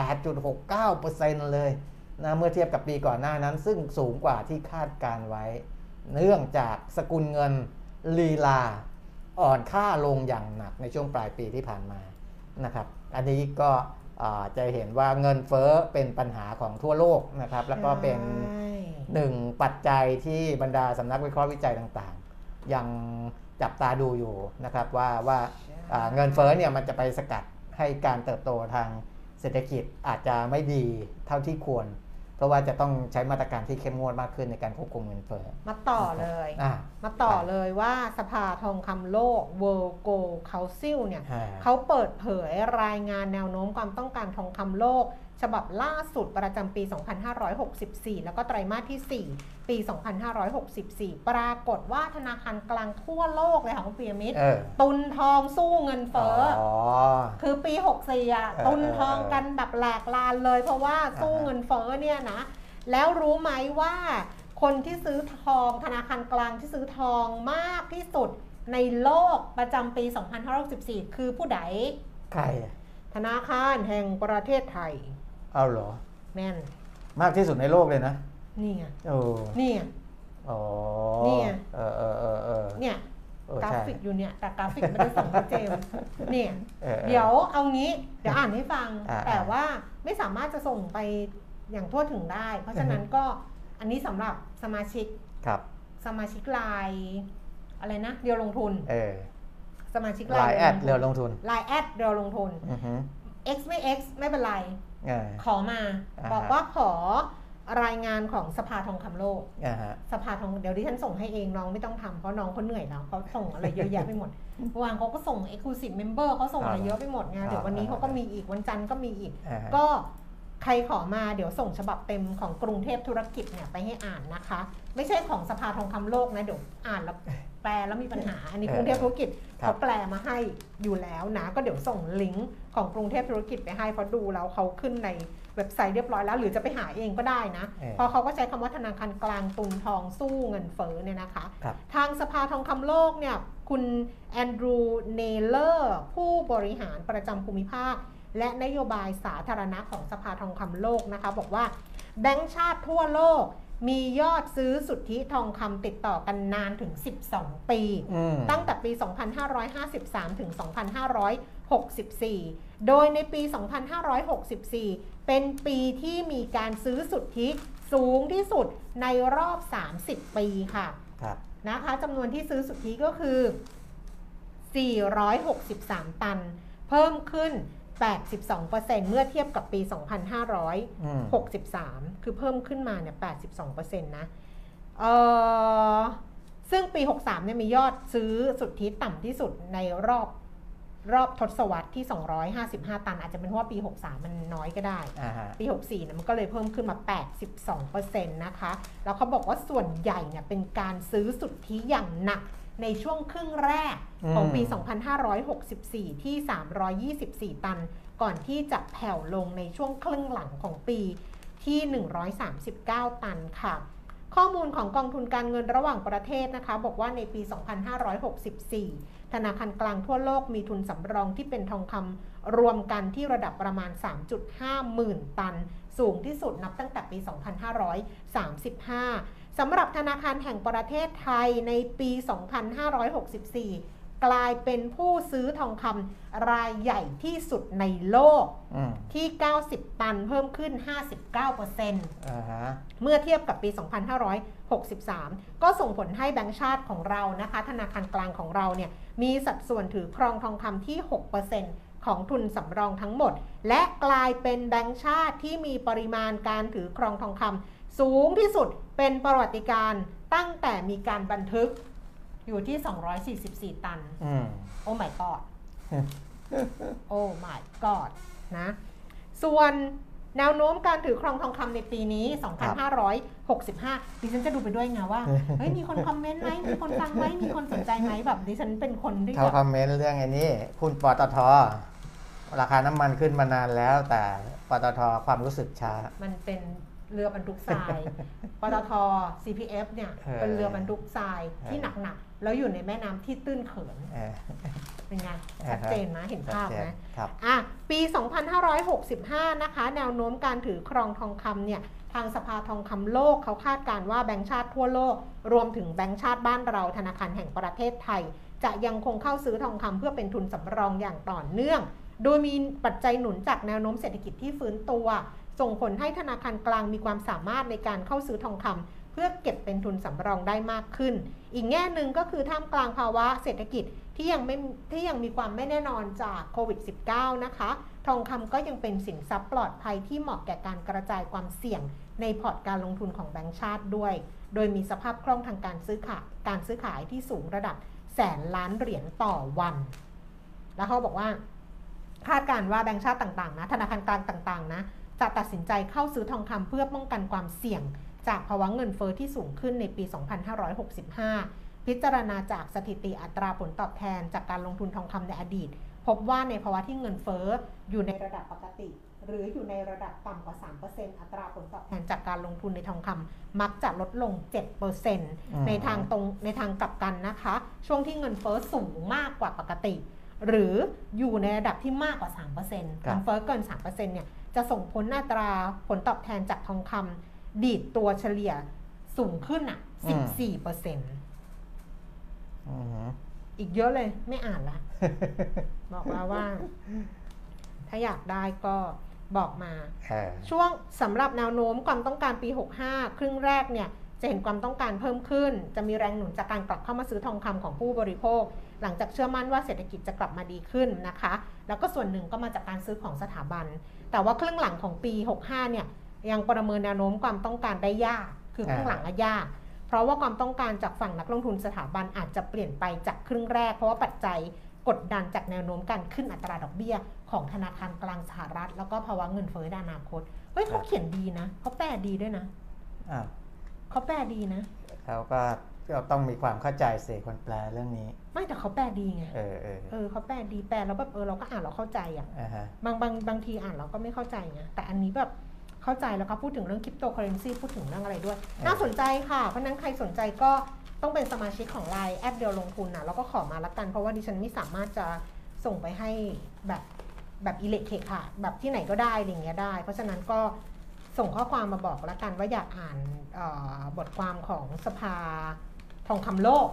48.69% เลยนะเมื่อเทียบกับปีก่อนหน้านั้นซึ่งสูงกว่าที่คาดการไว้เนื่องจากสกุลเงินลีลาอ่อนค่าลงอย่างหนักในช่วงปลายปีที่ผ่านมานะครับอันนี้ก็จะเห็นว่าเงินเฟ้อเป็นปัญหาของทั่วโลกนะครับแล้วก็เป็นหนึ่งปัจจัยที่บรรดาสำนักวิเคราะห์วิจัยต่างๆยังจับตาดูอยู่นะครับว่าเงินเฟ้อเนี่ยมันจะไปสกัดให้การเติบโตทางเศรษฐกิจอาจจะไม่ดีเท่าที่ควรเพราะว่าจะต้องใช้มาตรการที่เข้มงวดมากขึ้นในการควบคุมเงินเฟ้อมาต่อเลยว่าสภาทองคำโลก World Gold Council เนี่ยเขาเปิดเผยรายงานแนวโน้มความต้องการทองคำโลกฉบับล่าสุดประจำปี 2564 แล้วก็ไตรมาสที่ 4 ปี 2564 ปรากฏว่าธนาคารกลางทั่วโลกเลยค่ะคุณปียมิตรตุนทองสู้เงินเฟ้อคือปี 64 ตุนทองกันแบบแหลกลานเลยเพราะว่าสู้เงินเฟ้อเนี่ยนะแล้วรู้ไหมว่าคนที่ซื้อทองธนาคารกลางที่ซื้อทองมากที่สุดในโลกประจำปี 2564 คือผู้ใดใครธนาคารแห่งประเทศไทยเอาเหรอแม่นมากที่สุดในโลกเลยนะนี่ไงนี่นี่ไงเนี่ยกราฟิกอยู่เนี่ยแต่กราฟิกไม่ได้ส่งให้เจมเนี่ยเดี๋ยวเอางี้เดี๋ยวอ่านให้ฟังแต่ว่าไม่สามารถจะส่งไปอย่างทั่วถึงได้เพราะฉะนั้นก็อันนี้สำหรับสมาชิกสมาชิกไลน์อะไรนะเรียวลงทุนสมาชิกไลน์แอดเรียวลงทุนไลน์แอดเรียวลงทุนX ไม่ X ไม่เป็นไรขอมาบอกว่าขอรายงานของสภาทองคำโลกสภาทองเดี๋ยวดิฉันส่งให้เองน้องไม่ต้องทำเพราะน้องเขาเหนื่อยแล้วเขาส่งอะไรเยอะแยะไปหมดวางเขาก็ส่ง Exclusive Member เขาส่งอะไรเยอะไปหมดไงเดี๋ยววันนี้เขาก็มีอีกวันจันทร์ก็มีอีกก็ใครขอมาเดี๋ยวส่งฉบับเต็มของกรุงเทพธุรกิจเนี่ยไปให้อ่านนะคะไม่ใช่ของสภาทองคำโลกนะเดี๋ยวอ่านแล้วแปลแล้วมีปัญหาอันนี้กรุงเทพธุรกิจเขาแปลมาให้อยู่แล้วนะก็เดี๋ยวส่งลิงก์ของกรุงเทพธุรกิจไปให้เพราะดูแล้วเขาขึ้นในเว็บไซต์เรียบร้อยแล้วหรือจะไปหาเองก็ได้นะเพราะเขาก็ใช้คำว่าธนาคารกลางตุนทองสู้เงินเฟ้อเนี่ยนะคะทางสภาทองคำโลกเนี่ยคุณแอนดรูเนเลอร์ผู้บริหารประจำภูมิภาคและนโยบายสาธารณะของสภาทองคำโลกนะคะบอกว่าแบงก์ชาติทั่วโลกมียอดซื้อสุทธิทองคำติดต่อกันนานถึง12 ปีตั้งแต่ปี 2553 ถึง 2564 โดยในปี 2564 เป็นปีที่มีการซื้อสุทธิสูงที่สุดในรอบ 30 ปีค่ะนะคะจำนวนที่ซื้อสุทธิก็คือ 463 ตันเพิ่มขึ้น 82% เมื่อเทียบกับปี 2563 คือเพิ่มขึ้นมาเนี่ย 82% นะซึ่งปี 63 เนี่ยมียอดซื้อสุทธิต่ำที่สุดในรอบทศวรรษที่ 255 ตันอาจจะเป็นเพราะว่าปี 63 มันน้อยก็ได้ ปี 64 เนี่ยมันก็เลยเพิ่มขึ้นมา 82% นะคะแล้วเขาบอกว่าส่วนใหญ่เนี่ยเป็นการซื้อสุทธิอย่างหนักในช่วงครึ่งแรกของปี 2564 ที่ 324 ตันก่อนที่จะแผ่วลงในช่วงครึ่งหลังของปีที่ 139 ตันค่ะข้อมูลของกองทุนการเงินระหว่างประเทศนะคะบอกว่าในปี 2564 ธนาคารกลางทั่วโลกมีทุนสำรองที่เป็นทองคำรวมกันที่ระดับประมาณ 3.5 หมื่นตันสูงที่สุดนับตั้งแต่ปี 2535 สำหรับธนาคารแห่งประเทศไทยในปี 2564 กลายเป็นผู้ซื้อทองคำรายใหญ่ที่สุดในโลกที่ 90 ตันเพิ่มขึ้น 59% เมื่อเทียบกับปี 2563 ก็ส่งผลให้แบงก์ชาติของเรานะคะธนาคารกลางของเราเนี่ยมีสัดส่วนถือครองทองคำที่ 6% ของทุนสำรองทั้งหมดและกลายเป็นแบงก์ชาติที่มีปริมาณการถือครองทองคำสูงที่สุดเป็นประวัติการณ์ตั้งแต่มีการบันทึกอยู่ที่ 244 ตันโอ้ my god โอ้ my god นะส่วนแนวโน้มการถือครองทองคำในปีนี้ 2565 ดิฉันจะดูไปด้วยไงว่าเฮ้ยมีคนคอมเมนต์ไหมมีคนฟังไหมมีคนสนใจไหมแบบดิฉันเป็นคนที่เขาคอมเมนต์เรื่องไอ้นี้หุ้นปตท.ราคาน้ำมันขึ้นมานานแล้วแต่ปตท.ความรู้สึกช้ามันเป็นเรือบรรทุกทรายปตท. CPF เนี่ยเป็นเรือบรรทุกทรายที่หนักๆแล้วอยู่ในแม่น้ำที่ตื้นเขินเป็นไงชัดเจนนะเห็นภาพไหมปี 2565 นะคะแนวโน้มการถือครองทองคำเนี่ยทางสภาทองคำโลกเขาคาดการณ์ว่าแบงก์ชาติทั่วโลกรวมถึงแบงก์ชาติบ้านเราธนาคารแห่งประเทศไทยจะยังคงเข้าซื้อทองคำเพื่อเป็นทุนสำรองอย่างต่อเนื่องโดยมีปัจจัยหนุนจากแนวโน้มเศรษฐกิจที่ฟื้นตัวส่งผลให้ธนาคารกลางมีความสามารถในการเข้าซื้อทองคำเพื่อเก็บเป็นทุนสำรองได้มากขึ้นอีกแง่หนึ่งก็คือท่ามกลางภาวะเศรษฐกิจที่ยังมีความไม่แน่นอนจากโควิด -19 นะคะทองคำก็ยังเป็นสินทรัพย์ปลอดภัยที่เหมาะแก่การกระจายความเสี่ยงในพอร์ตการลงทุนของแบงก์ชาติด้วยโดยมีสภาพคล่องทางการซื้อขายที่สูงระดับ100,000,000 เหรียญต่อวันแล้วเขาบอกว่าคาดการณ์ว่าแบงก์ชาติต่างๆนะธนาคารกลางต่างๆนะจะตัดสินใจเข้าซื้อทองคำเพื่อป้องกันความเสี่ยงจากภาวะเงินเฟ้อที่สูงขึ้นในปี 2565 พิจารณาจากสถิติอัตราผลตอบแทนจากการลงทุนทองคำในอดีตพบว่าในภาวะที่เงินเฟ้ออยู่ในระดับปกติหรืออยู่ในระดับต่ำกว่า 3% อัตราผลตอบแทนจากการลงทุนในทองคำมักจะลดลง 7% ในทางกลับกันนะคะช่วงที่เงินเฟ้อสูงมากกว่าปกติหรืออยู่ในระดับที่มากกว่า 3% เงินเฟ้อเกิน 3% เนี่ยจะส่งผลอัตราผลตอบแทนจากทองคำดีดตัวเฉลี่ยสูงขึ้น14% อีกเยอะเลยไม่อ่านละ บอกแล้วว่าถ้าอยากได้ก็บอกมาช่วงสำหรับแนวโน้มความต้องการปี 65 ครึ่งแรกเนี่ยจะเห็นความต้องการเพิ่มขึ้นจะมีแรงหนุนจากการกลับเข้ามาซื้อทองคำของผู้บริโภคหลังจากเชื่อมั่นว่าเศรษฐกิจจะกลับมาดีขึ้นนะคะแล้วก็ส่วนหนึ่งก็มาจากการซื้อของสถาบันแต่ว่าครึ่งหลังของปี 65 เนี่ยยังประเมินแนวโน้มความต้องการได้ยากคือครึ่งหลังยากเพราะว่าความต้องการจากฝั่งนักลงทุนสถาบันอาจจะเปลี่ยนไปจากครึ่งแรกเพราะว่าปัจจัยกดดันจากแนวโน้มการขึ้นอัตราดอกเบี้ยของธนาคารกลางสหรัฐแล้วก็ภาวะเงินเฟ้อในอนาคตเฮ้ยเขาเขียนดีนะเขาแปลดีด้วยนะเขาแปลดีนะเขาก็ต้องมีความเข้าใจสิคนแปลเรื่องนี้ไม่แต่เขาแปลดีไงเขาแปลดีแปลแล้วแบบเราก็อ่านเราเข้าใจอ่ะบางทีอ่านเราก็ไม่เข้าใจไงแต่อันนี้แบบเข้าใจแล้วก็พูดถึงเรื่องคริปโตเคอเรนซีพูดถึงเรื่องอะไรด้วยน่าสนใจค่ะเพราะนั้นใครสนใจก็ต้องเป็นสมาชิกของ LINE แอปเดียวลงทุนนะแล้วก็ขอมาละกันเพราะว่าดิฉันไม่สามารถจะส่งไปให้แบบอิเล็กเคค่ะแบบที่ไหนก็ได้อะไรเงี้ยได้เพราะฉะนั้นก็ส่งข้อความมาบอกแล้วกันว่าอยากอ่านบทความของสภาทองคำโลก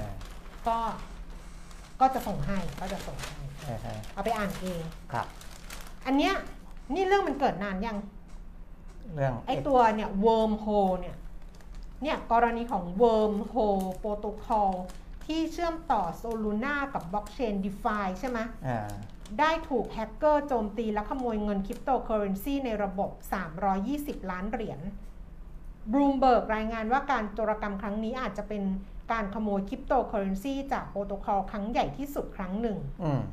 ก็จะส่งให้เอาไปอ่านเองครับอันเนี้ยนี่เรื่องมันเกิดนานยังเรื่องไอตัวเนี่ย wormhole เนี่ยกรณีของ wormhole protocol ที่เชื่อมต่อ Soluna กับ blockchain DeFi ใช่ไหมได้ถูกแฮกเกอร์โจมตีและขโมยเงินคริปโตเคอเรนซีในระบบ320ล้านเหรียญ Bloomberg รายงานว่าการโจรกรรมครั้งนี้อาจจะเป็นการขโมยคริปโตเคอเรนซีจากโปรโตคอลครั้งใหญ่ที่สุดครั้งหนึ่ง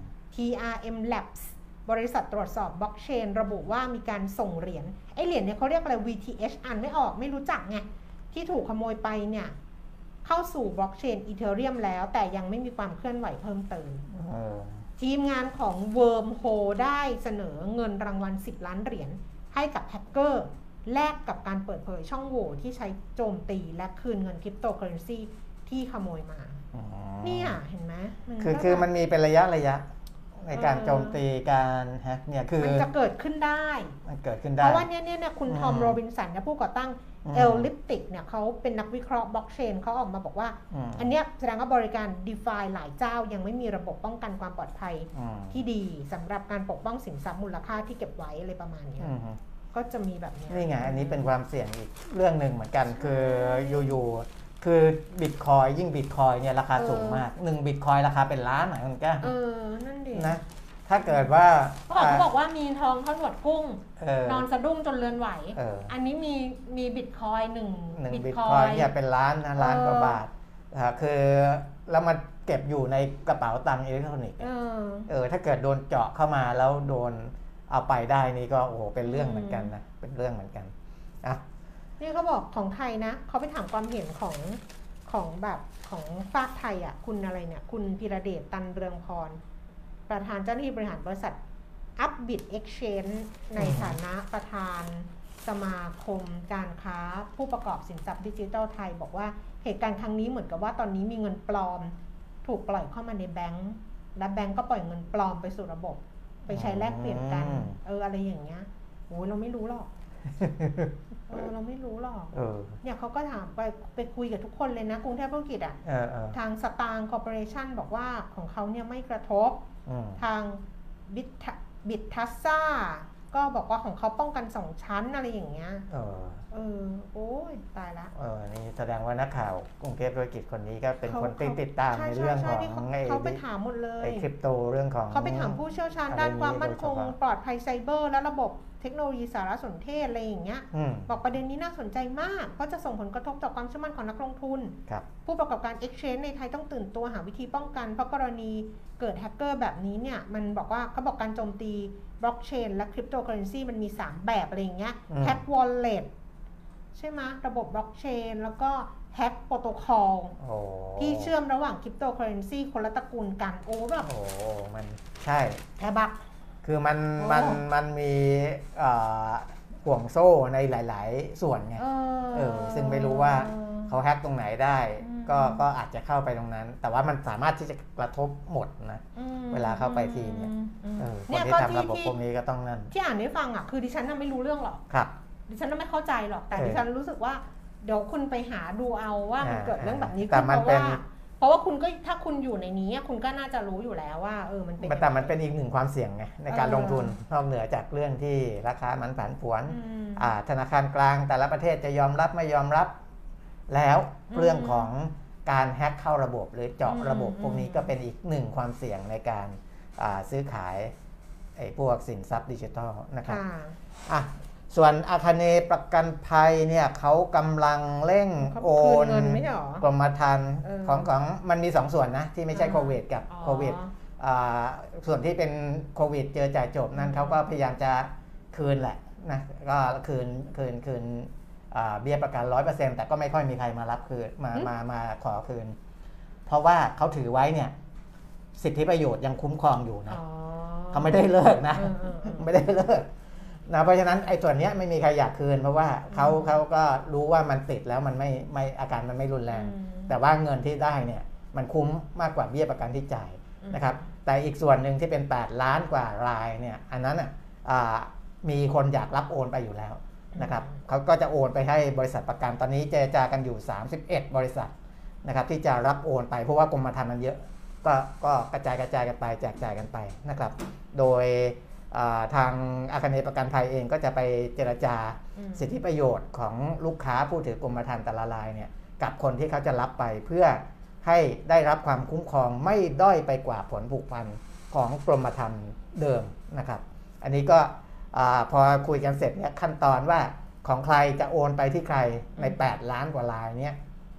TRM Labs บริษัทตรวจสอบบล็อกเชนระบุว่ามีการส่งเหรียญไอ้เหรียญเนี่ยเขาเรียกอะไร VTH อ่านไม่ออกไม่รู้จักไงที่ถูกขโมยไปเนี่ยเข้าสู่บล็อกเชนอีเธเรียมแล้วแต่ยังไม่มีความเคลื่อนไหวเพิ่มเติมทีมงานของ Wormhole ได้เสนอเงินรางวัล10ล้านเหรียญให้กับแฮกเกอร์แลกกับการเปิดเผยช่องโหว่ที่ใช้โจมตีและคืนเงินคริปโตเคอเรนซีที่ขโมยมาเนี่ยเห็นไหมคือมันมีเป็นระยะในการโจมตีการแฮกเนี่ยคือมันจะเกิดขึ้นได้เพราะว่าเนี่ยคุณทอมโรบินสันเนี่ยผู้ก่อตั้งElliptic เนี่ยเขาเป็นนักวิเคราะห์บล็อกเชนเขาออกมาบอกว่าอันเนี้ยแสดงว่าบริการ DeFi หลายเจ้ายังไม่มีระบบป้องกันความปลอดภัยที่ดีสำหรับการปกป้องสินทรัพย์มูลค่าที่เก็บไว้อะไรประมาณนี้ก็จะมีแบบนี้นี่ไงอันนี้เป็นความเสี่ยงอีกเรื่องหนึ่งเหมือนกันคืออยู่คือบิตคอยยิ่งบิตคอยเนี่ยราคาสูงมาก1บิตคอยราคาเป็นล้านหน่อยคุณแก้นั่นดินะถ้าเกิดว่าเขาบอกว่ามีทองเท่าหนวดกุ้งนอนสะดุ้งจนเรือนไหวอันนี้มีบิตคอย1 บิตคอยเนี่ยเป็นล้านนะล้านกว่าบาทคือแล้วมันเก็บอยู่ในกระเป๋าตังค์อิเล็กทรอนิกส์ถ้าเกิดโดนเจาะเข้ามาแล้วโดนเอาไปได้นี่ก็โอ้โหเป็นเรื่องเหมือนกันนะเป็นเรื่องเหมือนกันนี่เขาบอกของไทยนะเขาไปถามความเห็นของแบบของฝากไทยอ่ะคุณอะไรเนี่ยคุณพีระเดชตันเรืองพรประธานเจ้าหน้าที่บริหารบริษัท Upbit Exchange ในฐานะประธานสมาคมการค้าผู้ประกอบสินทรัพย์ดิจิทัลไทยบอกว่าเหตุการณ์ครั้งนี้เหมือนกับว่าตอนนี้มีเงินปลอมถูกปล่อยเข้ามาในแบงก์และแบงก์ก็ปล่อยเงินปลอมไปสู่ระบบไปใช้แลกเปลี่ยนกันอะไรอย่างเงี้ยโอ้ยเราไม่รู้หรอกเราไม่รู้หรอกเนี่ยเขาก็ถามไปคุยกับทุกคนเลยนะกรุงเทพธุรกิจอ่ะทางสตางค์คอร์ปอเรชั่นบอกว่าของเขาเนี่ยไม่กระทบทางบิททัสซ่าก็บอกว่าของเขาป้องกัน2ชั้นอะไรอย่างเงี้ยโอ้ยตายละนี่แสดงว่านักข่าวกรุงเทพธุรกิจคนนี้ก็เป็นคนติดตามในเรื่องของเขาไปถามหมดเลยไอ้คริปโตเรื่องของเขาไปถามผู้เชี่ยวชาญด้านความมั่นคงปลอดภัยไซเบอร์และระบบเทคโนโลยีสารสนเทศอะไรอย่างเงี้ยบอกประเด็นนี้น่าสนใจมากเพราะจะส่งผลกระทบต่อความเชื่อมั่นของนักลงทุนผู้ประกอบการ Exchange ในไทยต้องตื่นตัวหาวิธีป้องกันเพราะกรณีเกิดแฮกเกอร์แบบนี้เนี่ยมันบอกว่าเขาบอกการโจมตีบล็อกเชนและคริปโตเคอเรนซีมันมี3แบบอะไรอย่างเงี้ยแฮกวอลเล็ตใช่ไหมระบบบล็อกเชนแล้วก็แฮกโปรโตคอลที่เชื่อมระหว่างคริปโตเคอเรนซีคนละตระกูลกันแบบมันใช่แฮบักคือมันมีห่วงโซ่ในหลายๆส่วนไงซึ่งไม่รู้ว่าเขาแฮกตรงไหนได้ก็อาจจะเข้าไปตรงนั้นแต่ว่ามันสามารถที่จะกระทบหมดนะเวลาเข้าไปทีเนี่ยคนที่ทำระบบพวกนี้ก็ต้องนั่นที่อ่านให้ฟังอ่ะคือดิฉันไม่รู้เรื่องหรอกดิฉันไม่เข้าใจหรอกแต่ดิฉันรู้สึกว่าเดี๋ยวคุณไปหาดูเอาว่ามันเกิดเรื่องแบบนี้ขึ้นเพราะว่าคุณก็ถ้าคุณอยู่ในนี้คุณก็น่าจะรู้อยู่แล้วว่ามันเป็นแต่มันเป็นอีกหนึ่งความเสี่ยงไงในการลงทุนนอกเหนือจากเรื่องที่ราคามันผันผวนธนาคารกลางแต่ละประเทศจะยอมรับไม่ยอมรับแล้วเรื่องของการแฮ็กเข้าระบบหรือเจาะระบบพวกนี้ก็เป็นอีกหนึ่งความเสี่ยงในการซื้อขายไอ้พวกสินทรัพย์ดิจิทัลนะครับส่วนอาคเนย์ประกันภัยเนี่ยเขากำลังเร่งโอนกรมธรรม์ของมันมี2ส่วนนะที่ไม่ใช่โควิดกับโควิดส่วนที่เป็นโควิดเจอจ่ายจบนั้นเขาก็พยายามจะคืนแหละนะก็คืนเบี้ยประกัน 100% แต่ก็ไม่ค่อยมีใครมารับคืนมาขอคืนเพราะว่าเขาถือไว้เนี่ยสิทธิประโยชน์ยังคุ้มครองอยู่นะเขาไม่ได้เลิกนะไม่ได้เลิกนะเพราะฉะนั้นไอ้ส่วนนี้ไม่มีใครอยากคืนเพราะว่าเขาก็รู้ว่ามันติดแล้วมันไม่อาการมันไม่รุนแรงแต่ว่าเงินที่ได้เนี่ยมันคุ้มมากกว่าเบี้ยประกันที่จ่ายนะครับแต่อีกส่วนหนึ่งที่เป็น8ล้านกว่ารายเนี่ยอันนั้นมีคนอยากรับโอนไปอยู่แล้วนะครับเขาก็จะโอนไปให้บริษัทประกันตอนนี้เจรจากันอยู่31บริษัทนะครับที่จะรับโอนไปเพราะว่ากรมธรรม์มันเยอะก็กระจายกันไปแจกจ่ายกันไปนะครับโดยทางอาคเนย์ประกันภัยเองก็จะไปเจรจาสิทธิประโยชน์ของลูกค้าผู้ถือกรมธรรม์แต่ละรายเนี่ยกับคนที่เขาจะรับไปเพื่อให้ได้รับความคุ้มครองไม่ด้อยไปกว่าผลผูกพันของกรมธรรม์เดิมนะครับอันนี้ก็พอคุยกันเสร็จเนี่ยขั้นตอนว่าของใครจะโอนไปที่ใครใน8ล้านกว่ารายเนี่ย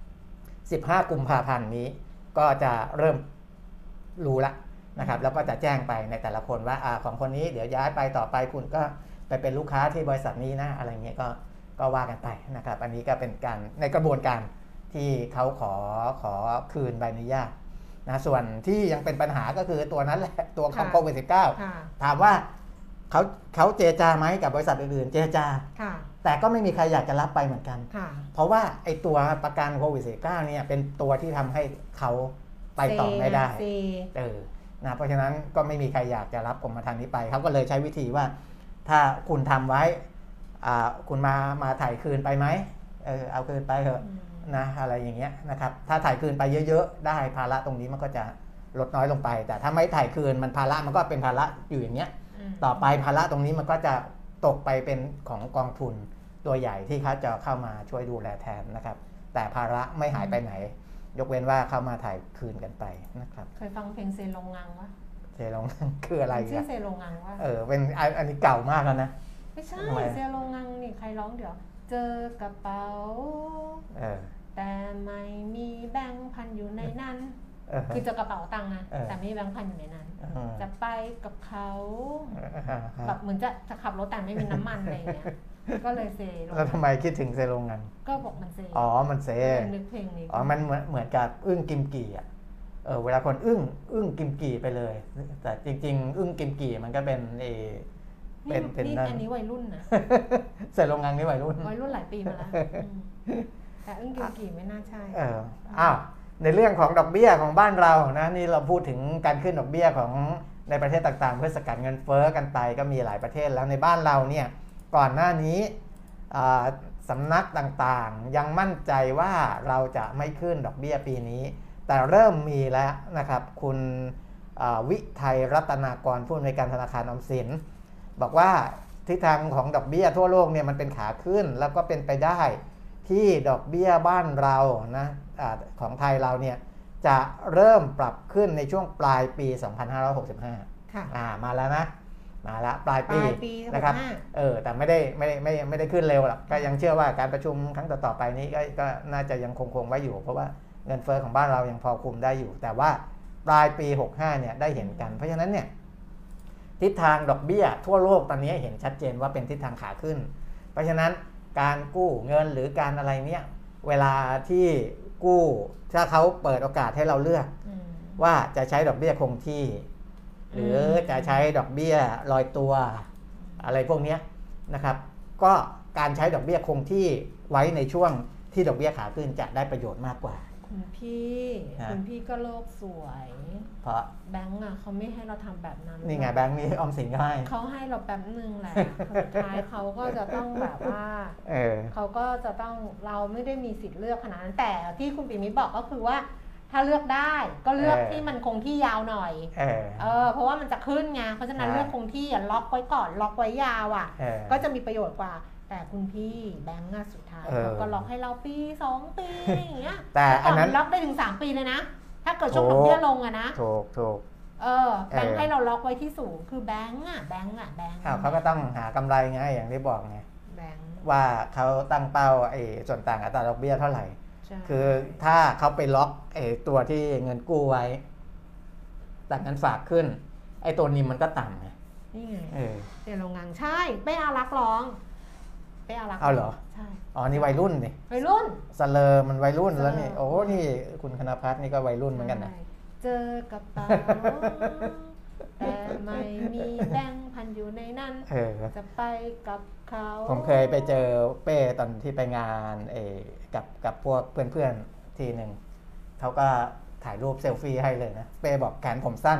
15กุมภาพันธ์นี้ก็จะเริ่มรู้ละนะครับแล้วก็จะแจ้งไปในแต่ละคนว่าของคนนี้เดี๋ยวย้ายไปต่อไปคุณก็ไปเป็นลูกค้าที่บริษัทนี้นะอะไรเงี้ยก็ว่ากันไปนะครับอันนี้ก็เป็นการในกระบวนการที่เขาขอคืนใบอนุญาตนะส่วนที่ยังเป็นปัญหาก็คือตัวนั้นแหละตัวของโควิด -19 ถามว่าเขาเจรจาไหมกับบริษัทอื่นๆเจรจาแต่ก็ไม่มีใครอยากจะรับไปเหมือนกันเพราะว่าไอ้ตัวประกันโควิด -19 เนี่ยเป็นตัวที่ทำให้เขาไปต่อไม่ได้นะเพราะฉะนั้นก็ไม่มีใครอยากจะรับกรมธรรม์นี้ไปเขาก็เลยใช้วิธีว่าถ้าคุณทำไว้คุณมาถ่ายคืนไปไหมเอาคืนไปเถอะนะอะไรอย่างเงี้ยนะครับถ้าถ่ายคืนไปเยอะๆได้ภาระตรงนี้มันก็จะลดน้อยลงไปแต่ถ้าไม่ถ่ายคืนมันภาระมันก็เป็นภาระอยู่อย่างเงี้ยต่อไปภาระตรงนี้มันก็จะตกไปเป็นของกองทุนตัวใหญ่ที่เขาจะเข้ามาช่วยดูแลแทนนะครับแต่ภาระไม่หายไปไหนยกเว้นว่าเข้ามาถ่ายคืนกันไปนะครับเคยฟังเพลงเซโลงังวะเซโลงังคืออะไรชื่อเซโลงังวะเป็นอันนี้เก่ามากแล้วนะไม่ใช่เซโลงังนี่ใครร้องเดี๋ยวเจอกระเป๋าแต่ไม่มีแบงค์พันอยู่ในนั้นคือเจอกระเป๋าตังค์นะแต่ไม่มีแบงค์พันอยู่ในนั้นจะไปกับเขาแบบเหมือนจะขับรถแต่ไม่มีน้ำมันอะไรอย่างเงี้ยก็เลยเซโลแล้วทำไมคิดถึงเซโลงังก็บอกมันเซมันเซนึกเพลงนี้มันเหมือนกับอึ้งกิมกี่อ่ะเวลาคนอึ้งกิมกี่ไปเลยแต่จริงๆอึ้งกิมกี่มันก็เป็นเป็นนี่อันนี้วัยรุ่นนะเซโลงังนี่วัยรุ่นหลายปีมาแล้วแต่อึ้งกิมกี่ไม่น่าใช่ในเรื่องของดอกเบี้ยของบ้านเรานะนี่เราพูดถึงการขึ้นดอกเบี้ยของในประเทศต่างๆเพื่อสกัดเงินเฟ้อกันไปก็มีหลายประเทศแล้วในบ้านเราเนี่ยก่อนหน้านี้สำนักต่างๆยังมั่นใจว่าเราจะไม่ขึ้นดอกเบี้ยปีนี้แต่เริ่มมีแล้วนะครับคุณวิทัยรัตนากรผู้อำนวยการธนาคารออมสินบอกว่าทิศทางของดอกเบี้ยทั่วโลกเนี่ยมันเป็นขาขึ้นแล้วก็เป็นไปได้ที่ดอกเบี้ยบ้านเรานะของไทยเราเนี่ยจะเริ่มปรับขึ้นในช่วงปลายปี2565มาแล้วนะมาละปลายปีนะครับแต่ไม่ได้ขึ้นเร็วหรอกก็ยังเชื่อว่าการประชุมครั้งต่อไปนี้ก็น่าจะยังคงไว้อยู่เพราะว่าเงินเฟ้อของบ้านเรายังพอคุมได้อยู่แต่ว่าปลายปี65เนี่ยได้เห็นกันเพราะฉะนั้นเนี่ยทิศทางดอกเบี้ยทั่วโลกตอนนี้เห็นชัดเจนว่าเป็นทิศทางขาขึ้นเพราะฉะนั้นการกู้เงินหรือการอะไรเนี่ยเวลาที่กู้ถ้าเขาเปิดโอกาสให้เราเลือกว่าจะใช้ดอกเบี้ยคงที่หรือจะใช้ดอกเบี้ยลอยตัวอะไรพวกนี้นะครับก็การใช้ดอกเบี้ยคงที่ไว้ในช่วงที่ดอกเบี้ยขาขึ้นจะได้ประโยชน์มากกว่าคุณพี่ก็โลกสวยเพราะแบงก์เขาไม่ให้เราทำแบบนั้นนี่ไงแบงก์นี้ออมสินก็ให้เขาให้เราแป๊บนึงแหละสุดท้ายเขาก็จะต้องแบบว่าเขาก็จะต้องเราไม่ได้มีสิทธิ์เลือกขนาดนั้นแต่ที่คุณปิ่มมิตรบอกก็คือว่าถ้าเลือกได้ก็เลือกที่มันคงที่ยาวหน่อยเพราะว่ามันจะขึ้นไงเพราะฉะนั้นเลือกคงที่ล็อกไว้ก่อนล็อกไว้ยาวก็จะมีประโยชน์กว่าแต่คุณพี่แบงก์สุดท้ายเขาก็ล็อกให้เราปี2ปีอย่างเงี้ยแต่อันนั้นล็อกได้ถึง3ปีเลยนะถ้าเกิดช่วงดอกเบี้ยลงนะถูกแบงก์ให้เราล็อกไว้ที่สูงคือแบงก์เขาก็ต้องหากำไรไงอย่างที่บอกไงแบงก์ว่าเขาตั้งเป้าส่วนต่างอัตราดอกเบี้ยเท่าไหร่คือถ้าเขาไปล็อกตัวที่เงินกู้ไว้แต่เงินฝากขึ้นตัวนี้มันก็ต่ำไงนี่ไงเดี๋ยวโรงงานใช่เป้อารักร้องเอาเหรอใช่นี่วัยรุ่นนี่วัยรุ่นสเลอร์มันวัยรุ่นแล้วนี่โอ้นี่คุณคณภัทรนี่ก็วัยรุ่นเหมือนกันนะเจอกระเป๋าแต่ไม่มีแบงค์พันอยู่ในนั้นจะไปกับเขาผมเคยไปเจอเป้ตอนที่ไปงานกับพวกเพื่อนๆทีหนึ่งเขาก็ถ่ายรูปเซลฟี่ให้เลยนะเป้บอกแขนผมสั้น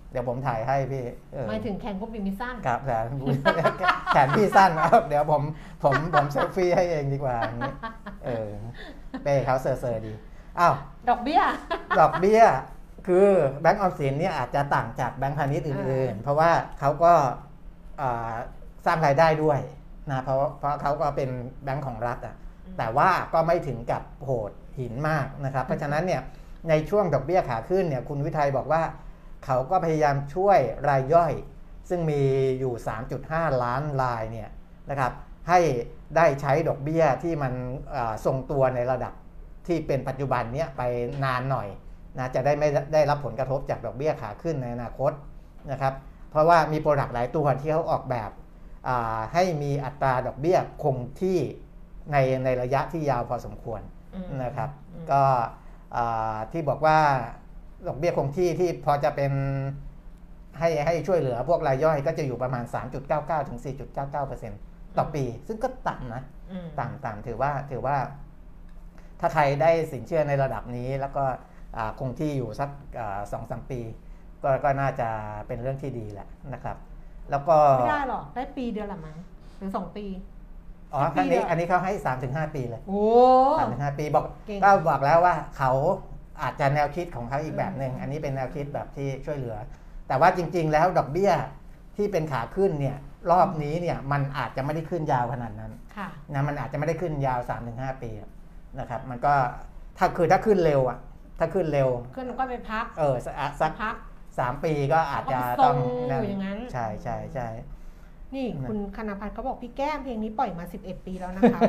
เดี๋ยวผมถ่ายให้พี่หมายถึงแขนคุณปิ่มมีสั้นครับแขนพี่สั้นเดี๋ยวผมเซลฟี่ให้เองดีกว่าอย่างนี้เป้เขาเซอร์ดีอ้าวดอกเบี้ยคือแบงก์ออมสินเนี่ยอาจจะต่างจากแบงก์พาณิชย์อื่นๆเพราะว่าเขาก็สร้างรายได้ด้วยนะเพราะเขาก็เป็นแบงก์ของรัฐแต่ว่าก็ไม่ถึงกับโหดหินมากนะครับเพราะฉะนั้นเนี่ยในช่วงดอกเบี้ยขาขึ้นเนี่ยคุณวิทัยบอกว่าเขาก็พยายามช่วยรายย่อยซึ่งมีอยู่ 3.5 ล้านรายเนี่ยนะครับให้ได้ใช้ดอกเบี้ยที่มันทรงตัวในระดับที่เป็นปัจจุบันเนี้ยไปนานหน่อยนะจะได้ไม่ได้รับผลกระทบจากดอกเบี้ยขาขึ้นในอนาคตนะครับเพราะว่ามีโปรดักต์หลายตัวที่เขาออกแบบให้มีอัตราดอกเบี้ยคงที่ในระยะที่ยาวพอสมควรนะครับก็ที่บอกว่าดอกเบี้ยคงที่พอจะเป็นให้ช่วยเหลือพวกรายย่อยก็จะอยู่ประมาณ 3.99 ถึง 4.99% ต่อปีซึ่งก็ต่ำนะต่ำถือว่าถ้าใครได้สินเชื่อในระดับนี้แล้วก็คงที่อยู่สัก 2-3 ปีก็น่าจะเป็นเรื่องที่ดีแหละนะครับแล้วก็ไม่ได้หรอกได้ปีเดียวละมั้งหรือ2 ปีอันนี้เขาให้ 3-5 ปีเลยโอ้ 3-5 ปีบอกแล้วว่าเขาอาจจะแนวคิดของเขาอีกแบบนึงอันนี้เป็นแนวคิดแบบที่ช่วยเหลือแต่ว่าจริงๆแล้วดอกเบี้ยที่เป็นขาขึ้นเนี่ยรอบนี้เนี่ยมันอาจจะไม่ได้ขึ้นยาวขนาดนั้นนะมันอาจจะไม่ได้ขึ้นยาว 3-5 ปีนะครับมันก็ถ้าขึ้นเร็วขึ้นก็ไปพักสักพัก3 ปีก็อาจจะต้องอย่างนั้นใช่นี่คุณคณพัฒน์เขาบอกพี่แก้มเพลงนี้ปล่อยมา11 ปีแล้วนะคะ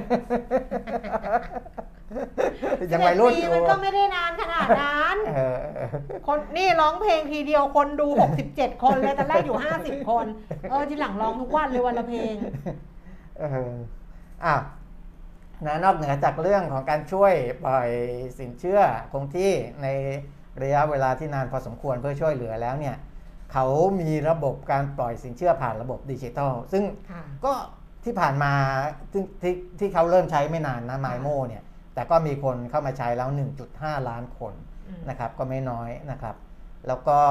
ยังวัยรุ่นมันก็ไม่ได้นานขนาดนั้นคนนี่ร้องเพลงทีเดียวคนดู67 คนเลยตอนแรกอยู่50 คนทีหลังร้องทุกวันเลยวันละเพลงนอกเหนือจากเรื่องของการช่วยปล่อยสินเชื่อคงที่ในระยะเวลาที่นานพอสมควรเพื่อช่วยเหลือแล้วเนี่ยเขามีระบบการปล่อยสินเชื่อผ่านระบบดิจิทัลซึ่งก็ที่ผ่านมาที่เขาเริ่มใช้ไม่นานนะไมโมเนี่ยแต่ก็มีคนเข้ามาใช้แล้ว 1.5 ล้านคนนะครับก็ไม่น้อยนะครับแล้วก็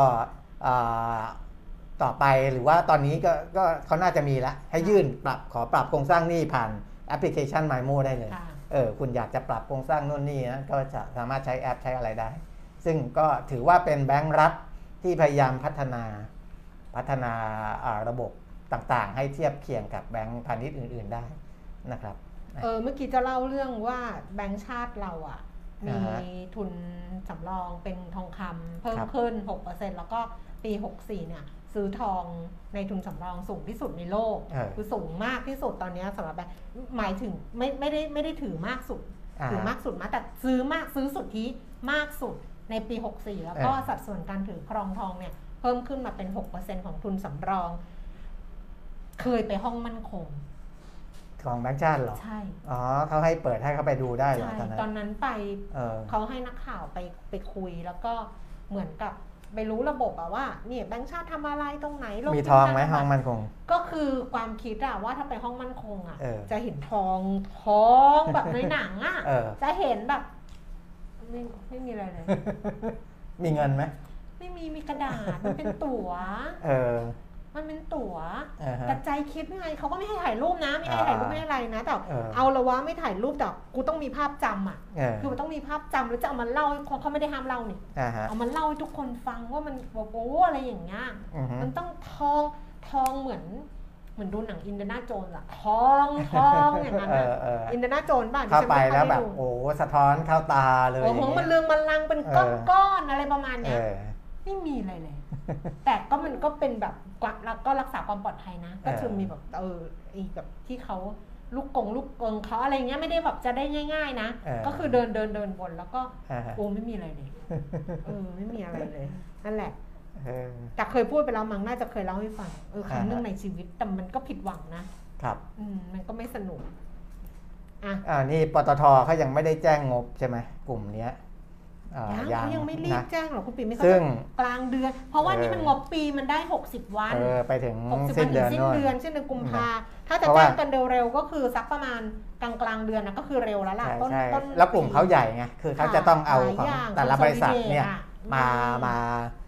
ต่อไปหรือว่าตอนนี้ก็เขาน่าจะมีแล้วให้ยื่นขอปรับโครงสร้างหนี้ผ่านแอปพลิเคชัน MyMo ได้เลยคุณอยากจะปรับโครงสร้างนู่นนี่นะก็จะสามารถใช้แอปใช้อะไรได้ซึ่งก็ถือว่าเป็นแบงก์รัฐที่พยายามพัฒนาระบบต่างๆให้เทียบเคียงกับแบงก์พาณิชย์อื่นๆได้นะครับเมื่อกี้จะเล่าเรื่องว่าแบงก์ชาติเรามีทุนสำรองเป็นทองคำเพิ่มขึ้น 6% แล้วก็ปี 64เนี่ยซื้อทองในทุนสำรองสูงที่สุดในโลกคือสูงมากที่สุดตอนนี้สำหรับแบงก์หมายถึงไม่ได้ถือมากสุดถือมากสุดมาแต่ซื้อสุทธิมากสุดในปี 64แล้วก็สัดส่วนการถือครองทองเนี่ยเพิ่มขึ้นมาเป็น 6% ของทุนสำรองเคยไปห้องมั่นคงของแบงก์ชาติเหรอใช่เขาให้เปิดให้เขาไปดูได้เหรอตอนนั้นไปเขาให้นักข่าวไปคุยแล้วก็เหมือนกับไปรู้ระบบว่าเนี่ยแบงก์ชาติทำอะไรตรงไหนมีทองไหมห้องมั่นคงก็คือความคิดว่าถ้าไปห้องมั่นคงจะเห็นทองแบบในหนังจะเห็นแบบไม่มีอะไรเลยมีเงินไหมไม่มีกระดาษมันเป็นตั๋วมันเป็นตั๋วแต่ใจคิดไงเขาก็ไม่ให้ถ่ายรูปนะไม่ให้ถ่ายรูปไม่ให้อะไรนะแต่เอาละวะไม่ถ่ายรูปแต่กูต้องมีภาพจำคือมันต้องมีภาพจำแล้วจะเอามาเล่าเขาไม่ได้ห้ามเล่านี่เอามาเล่าให้ทุกคนฟังว่ามันโอ้อะไรอย่างเงี้ยมันต้องทองเหมือนดูหนังอินเดียนาโจนส์ทองอย่างนั้นอินเดียนาโจนส์บ้างเข้าไปแล้วแบบโอ้สะท้อนเข้าตาเลยโอ้โหมันเรืองมันลังเป็นก้อนอะไรประมาณเนี้ยไม่มีอะไรเลยแต่ก็มันก็เป็นแบบก็รักษาความปลอดภัยนะก็คือมีแบบอีกแบบที่เขาลูกกงเขาอะไรเงี้ยไม่ได้แบบจะได้ง่ายๆนะก็คือเดินบนแล้วก็โอ้ไม่มีอะไรเลยไม่มีอะไรเลยนั่นแหละแต่เคยพูดไปแล้วมั้งน่าจะเคยเล่าให้ฟังครั้งนึงในชีวิตแต่มันก็ผิดหวังนะครับมันก็ไม่สนุกนี่ปตทเขายังไม่ได้แจ้งงบใช่ไหมกลุ่มเนี้ยยังไม่รีบแจ้งหรอกคุณปีไม่เขากลางเดือนเพราะว่านี่มันงบปีมันได้60 วันไปถึงสิ้นเดือนกุมภาถ้าจะแจ้งกันเร็วๆก็คือสักประมาณกลางเดือนนะก็คือเร็วแล้วล่ะต้นแล้วกลุ่มเขาใหญ่ไงคือเขาจะต้องเอาของแต่ละบริษัทเนี่ยมา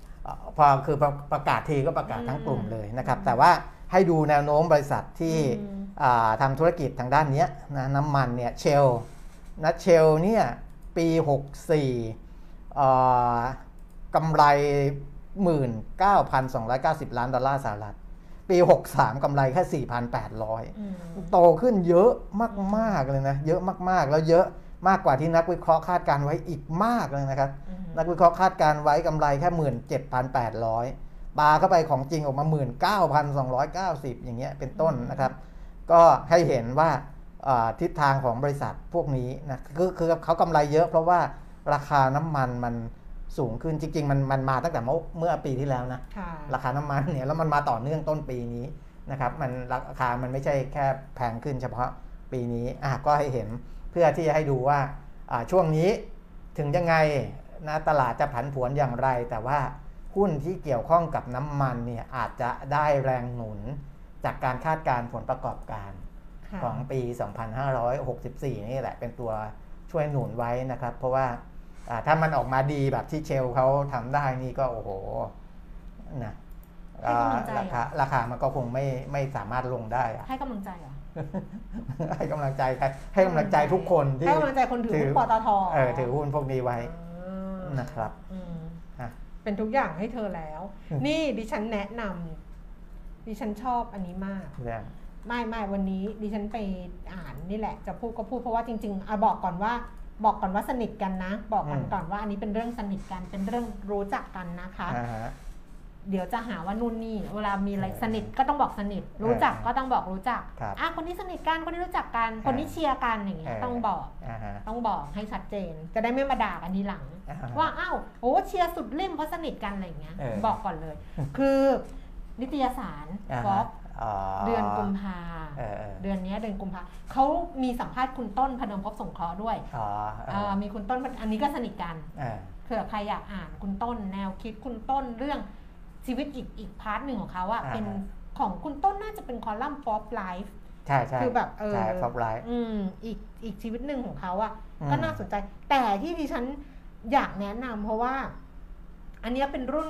พอคือประกาศทีก็ประกาศทั้งกลุ่มเลยนะครับแต่ว่าให้ดูแนวโน้มบริษัทที่ทำธุรกิจทางด้านนี้นะน้ำมันเนี่ยเชลเนี่ยปี64กำไร 19,290 ล้านดอลลาร์สหรัฐปี63กำไรแค่ 4,800 โตขึ้นเยอะมากๆเลยนะเยอะมากๆแล้วเยอะมากกว่าที่นักวิเคราะห์คาดการไว้อีกมากเลยนะครับนักวิเคราะห์คาดการไว้กำไรแค่ 17,800 ปาเข้าไปของจริงออกมา 19,290 อย่างเงี้ยเป็นต้นนะครับก็ให้เห็นว่าทิศทางของบริษัทพวกนี้นะคือเขากำไรเยอะเพราะว่าราคาน้ำมันมันสูงขึ้นจริงๆมันมาตั้งแต่เมื่อปีที่แล้วนะราคาน้ำมันเนี่ยแล้วมันมาต่อเนื่องต้นปีนี้นะครับมันราคามันไม่ใช่แค่แพงขึ้นเฉพาะปีนี้ก็ให้เห็นเพื่อที่จะให้ดูว่าช่วงนี้ถึงยังไงนะตลาดจะผันผวนอย่างไรแต่ว่าหุ้นที่เกี่ยวข้องกับน้ำมันเนี่ยอาจจะได้แรงหนุนจากการคาดการณ์ผลประกอบการของปี 2564 นี่แหละเป็นตัวช่วยหนุนไว้นะครับเพราะว่าถ้ามันออกมาดีแบบที่เชลเขาทำได้นี่ก็โอ้โหนะราคามันก็คงไม่สามารถลงได้ให้กำลังใจเหรอให้กำลังใจใครให้กำลังใจทุกคนที่ให้กำลังใจคนถือหุ้นปตท. ถือหุ้นพวกนี้ไว้นะครับเป็นทุกอย่างให้เธอแล้วนี่ดิฉันแนะนำดิฉันชอบอันนี้มากไม่วันนี้ดิฉันไปอ่านนี่แหละจะพูดก็พูดเพราะว่าจริงๆบอกก่อนว่าสนิทกันนะบอกกันก่อนว่าอันนี้เป็นเรื่องสนิทกันเป็นเรื่องรู้จักกันนะคะเดี๋ยวจะหาว่านู่นนี่เวลามีอะไรสนิทก็ต้องบอกสนิทรู้จักก็ต้องบอกรู้จักคนนี้สนิทกันคนนี้รู้จักกันคนนี้เชียร์กันอย่างเงี้ยต้องบอกให้ชัดเจนจะได้ไม่มาด่ากันทีหลังว่าโอ้เชียร์สุดเล่มเพราะสนิทกันอะไรอย่างเงี้ยบอกก่อนเลยคือนิตยสารฟ็อกเดือนกุมภาเดือนนี้เดือนกุมภาเขามีสัมภาษณ์คุณต้นพนมภพสงเคราะห์ด้วยมีคุณต้นอันนี้ก็สนิทกันเผื่อใครอยากอ่านคุณต้นแนวคิดคุณต้นเรื่องชีวิตอีกพาร์ทหนึ่งของเขาอะเป็นของคุณต้นน่าจะเป็นคอลัมน์ Forbes Life ใช่คือแบบ Forbes Life อีกชีวิตหนึ่งของเขาอะก็น่าสนใจแต่ที่ดิฉันอยากแนะนำเพราะว่าอันนี้เป็นรุ่น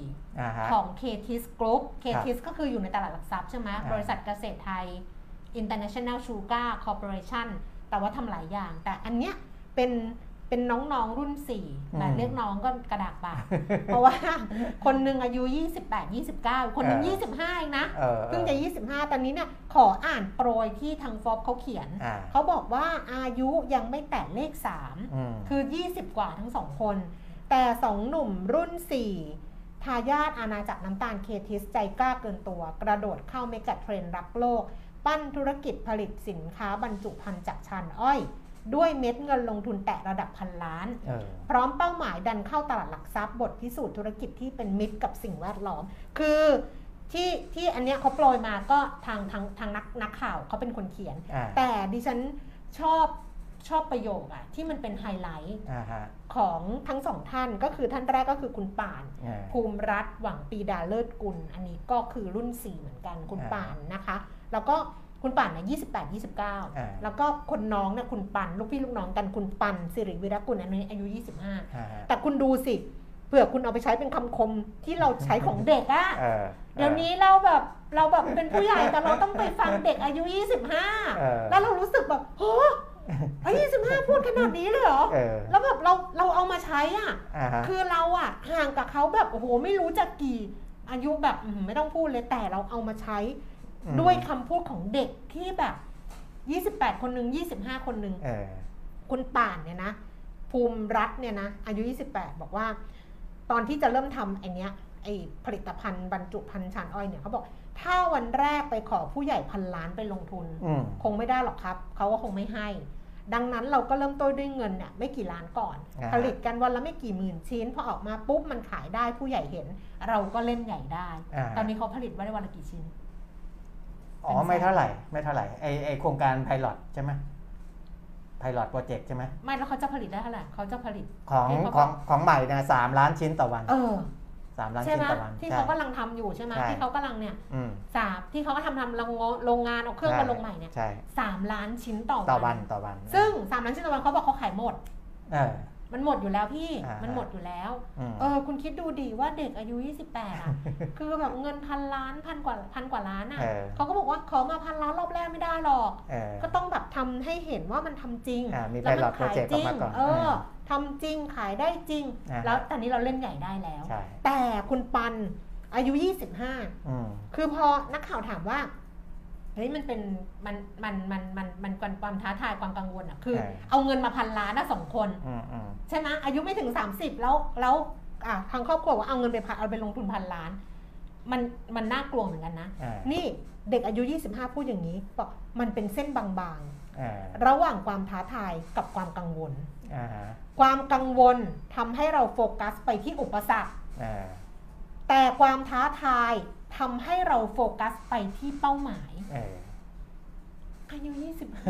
4ของ KTIS Group KTIS ก็คืออยู่ในตลาดหลักทรัพย์ใช่ไหมบริษัทเกษตรไทย International Sugar Corporation แต่ว่าทำหลายอย่างแต่อันเนี้ยเป็นน้องๆรุ่น4แต่เรียกน้องก็กระดากปากเพราะว่าคนหนึ่งอายุ28-29คนหนึ่ง25เองนะเพิ่งจะ25ตอนนี้เนี่ยขออ่านโปรยที่ทางฟอปเขาเขียนเขาบอกว่าอายุยังไม่แตะเลข3คือ20กว่าทั้ง2คนแต่2หนุ่มรุ่น4ทายาทอาณาจักรน้ำตาลเคทิสใจกล้าเกินตัวกระโดดเข้าเมกะเทรนด์รักโลกปั้นธุรกิจผลิตสินค้าบรรจุภัณฑ์จากชานอ้อยด้วยเม็ดเงินลงทุนแตะระดับพันล้านพร้อมเป้าหมายดันเข้าตลาดหลักทรัพย์บทพิสูจน์ธุรกิจที่เป็นมิตรกับสิ่งแวดล้อมคือที่อันเนี้ยเขาโปรยมาก็ทางนักข่าวเขาเป็นคนเขียนแต่ดิฉันชอบประโยคอะที่มันเป็นไฮไลท์ของทั้งสองท่านก็คือท่านแรกก็คือคุณป่านภูมิรัตน์หวังปีดาเลิศกุลอันนี้ก็คือรุ่น4เหมือนกันคุณป่านนะคะแล้วก็คุณป่านเนี่ย28-29แล้วก็คนน้องเนี่ยคุณปันลูกพี่ลูกน้องกันคุณปันสิริวิรกุลอันนี้อายุ25แต่คุณดูสิเผื่อคุณเอาไปใช้เป็นคำคมที่เราใช้ของเด็กอะเดี๋ยวนี้เราแบบเป็นผู้ใหญ่แต่เราต้องไปฟังเด็กอายุ25แล้วเรารู้สึกแบบโหอายุ25พูดขนาดนี้เลยเหรอแล้วแบบเราเอามาใช้อ่ะคือเราอ่ะห่างกับเขาแบบโอ้โหไม่รู้จะกี่อายุแบบไม่ต้องพูดเลยแต่เราเอามาใช้ด้วยคำพูดของเด็กที่แบบ28คนนึง25คนนึงคุณป่านเนี่ยนะภูมิรัตน์เนี่ยนะอายุ28บอกว่าตอนที่จะเริ่มทำไอ้ผลิตภัณฑ์บรรจุภัณฑ์ชานอ้อยเนี่ยเขาบอกถ้าวันแรกไปขอผู้ใหญ่พันล้านไปลงทุนคงไม่ได้หรอกครับเขาก็คงไม่ให้ดังนั้นเราก็เริ่มต้นด้วยเงินเนี่ยไม่กี่ล้านก่อนผลิตกันวันละไม่กี่หมื่นชิ้นพอออกมาปุ๊บมันขายได้ผู้ใหญ่เห็นเราก็เล่นใหญ่ได้ตอนนี้เขาผลิตไว้ได้วันละกี่ชิ้นไม่เท่าไหร่ไอโครงการไพลอตใช่ไหมไพลอตโปรเจกต์ใช่ไหมไม่แล้วเขาจะผลิตได้เท่าไหร่เขาจะผลิตของใหม่นะ3 ล้านชิ้นต่อวัน3 ล้านชิ้นต่อวันที่เขากำลังทำอยู่ใช่ไหมที่เขากำลังเนี่ยที่เขาก็ทำโรงงานเอาเครื่องมาลงใหม่เนี่ย3 ล้านชิ้นต่อวันต่อวันซึ่ง3 ล้านชิ้นต่อวันเขาบอกเขาขายหมดมันหมดอยู่แล้วพี่มันหมดอยู่แล้วคุณคิดดูดิว่าเด็กอายุ28อ่ะ คือแบบเงินพันกว่าล้านอ่ะเขาก็บอกว่าขอมา1,000 ล้านรอบแรกไม่ได้หรอกก็ต้องแบบทำให้เห็นว่ามันทำจริงแล้วมันขายจริงทำจริงขายได้จริงแล้วตอนนี้เราเล่นใหญ่ได้แล้วแต่คุณปันอายุ25คือพอนักข่าวถามว่าเฮ้ยมันเป็นมันความท้าทายความกังวลอ่ะคือเอาเงินมา1,000 ล้านนะ2 คนใช่ไหมอายุไม่ถึง30แล้วทางครอบครัวว่าเอาเงินไปลงทุน1,000 ล้านมันน่ากลัวเหมือนกันนะนี่เด็กอายุ25พูดอย่างนี้บอกมันเป็นเส้นบางๆระหว่างความท้าทายกับความกังวลความกังวลทำให้เราโฟกัสไปที่อุปสรรคแต่ความท้าทายทำให้เราโฟกัสไปที่เป้าหมายอายุ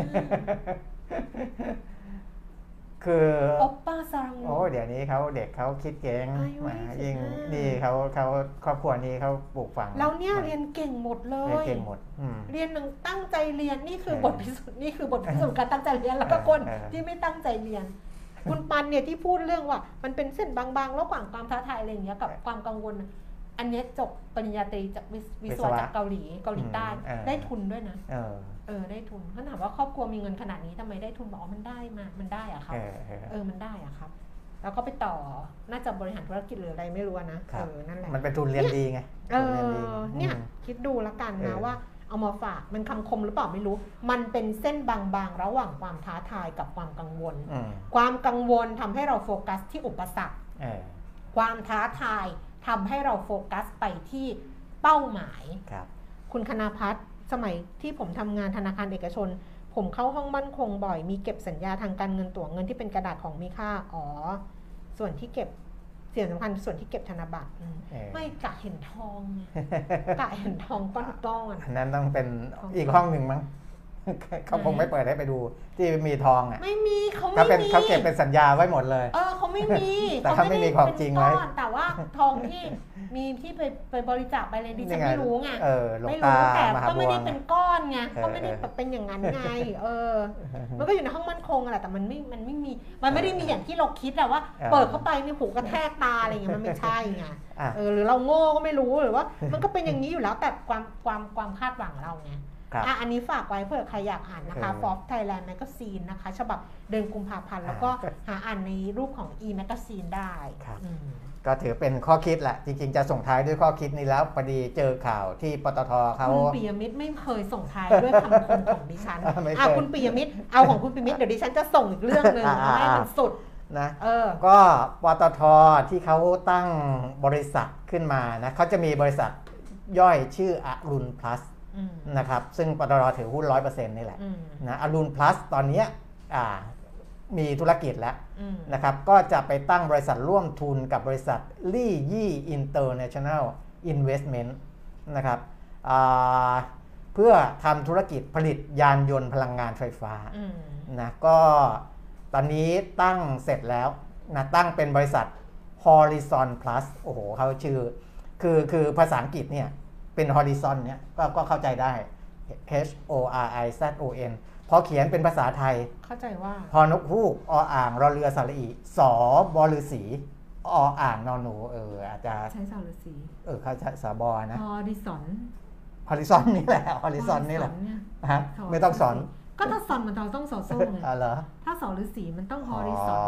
25 คือโอปป้าซังเดี๋ยวนี้เด็กเขาคิดเก่งยิ่งนี่เขาครอบครัวนี้เขาปลูกฝังแล้วเนี่ยเรียนเก่งหมดเลยเก่งหมดเรียนตั้งใจเรียนนี่คือบทพิสูจน์การตั้งใจเรียนแล้วก็คนที่ไม่ตั้งใจเรียนคุณปันเนี่ยที่พูดเรื่องว่ามันเป็นเส้นบางๆระหว่างความท้าทายอะไรอย่างเงี้ยกับความกังวลอันนี้จบปริญญาตรีจากวิศวะจากเกาหลีใต้ได้ทุนด้วยนะได้ทุนเขาถามว่าครอบครัวมีเงินขนาดนี้ทำไมได้ทุนบอกมันได้มันได้อะครับมันได้อะครับแล้วก็ไปต่อน่าจะบริหารธุรกิจหรืออะไรไม่รู้นะนั่นแหละมันเป็นทุนเรียนดีไงเนี่ยคิดดูแล้วกันนะว่าเอามาฝากมันคำคมหรือเปล่าไม่รู้มันเป็นเส้นบางๆระหว่างความท้าทายกับความกังวลความกังวลทำให้เราโฟกัสที่อุปสรรคความท้าทายทำให้เราโฟกัสไปที่เป้าหมายคุณคณพัฒน์สมัยที่ผมทำงานธนาคารเอกชนผมเข้าห้องมั่นคงบ่อยมีเก็บสัญญาทางการเงินตั๋วเงินที่เป็นกระดาษของมีค่าส่วนที่เก็บสิ่งสำคัญส่วนที่เก็บธนบัตรไม่กะเห็นทองกะเห็นทองก้อนอันนั้นต้องเป็นอีกห้องหนึ่งมั้งเขาคงไม่เปิดให้ไปดูที่มีทองไม่มีเขาไม่มีเขาเก็บเป็นสัญญาไว้หมดเลยเขาไม่มีแต่เขาไม่มีของจริงไว้แต่ว่าทองที่มีที่ไปบริจาคไปเลยดิฉันไม่รู้ไงไม่รู้แต่ก็ไม่ได้เป็นก้อนไงก็ไม่ได้เป็นอย่างนั้นไงมันก็อยู่ในห้องมั่นคงแหละแต่มันไม่มีมันไม่ได้มีอย่างที่เราคิดอะว่าเปิดเข้าไปนี่หูกระแทกตาอะไรอย่างเงี้ยมันไม่ใช่ไงหรือเราโง่ก็ไม่รู้หรือว่ามันก็เป็นอย่างนี้อยู่แล้วแต่ความคาดหวังเราไงอันนี้ฝากไว้เผื่อใครอยากอ่านนะคะ Forbes Thailand Magazine นะคะฉบับเดือนกุมภาพันธ์แล้วก็หาอ่านในรูปของ e-magazine ได้ก็ถือเป็นข้อคิดแหละจริงๆจะส่งท้ายด้วยข้อคิดนี้แล้วพอดีเจอข่าวที่ปตท.เขาคุณปิยมิตรไม่เคยส่งท้ายด้วยคำคมของดิฉันคุณปิยมิตรเอาของคุณปิยมิตรเดี๋ยวดิฉันจะส่งอีกเรื่องนึงให้มันสุดนะก็ปตท.ที่เขาตั้งบริษัทขึ้นมานะเขาจะมีบริษัทย่อยชื่ออรุณพลัสนะครับซึ่งปตท.ถือหุ้น 100% นี่แหละนะอรุณพลัสตอนนี้มีธุรกิจแล้วนะครับก็จะไปตั้งบริษัทร่วมทุนกับบริษัทลี่ยี่อินเตอร์เนชั่นแนลอินเวสท์เมนต์นะครับเพื่อทำธุรกิจผลิตยานยนต์พลังงานไฟฟ้านะก็ตอนนี้ตั้งเสร็จแล้วนะตั้งเป็นบริษัท Horizon Plus โอ้โหเขาชื่อคือภาษาอังกฤษเนี่ยเป็น Horizon เนี่ยก็เข้าใจได้ HORIZON พอเขียนเป็นภาษาไทยเข้าใจว่าพอนกฮูกอ่างรอเรือสระอีสบฤาษีอ่างนอนหนูอาจจะใช้สระฤาษีเขาใช้สบนะ Horizon นี่แหละ Horizon นี่แหละฮะไม่ต้องสอนก็ถ้าสอนมันต้องสอโซ่ไงถ้าสอนฤาษีมันต้อง Horizon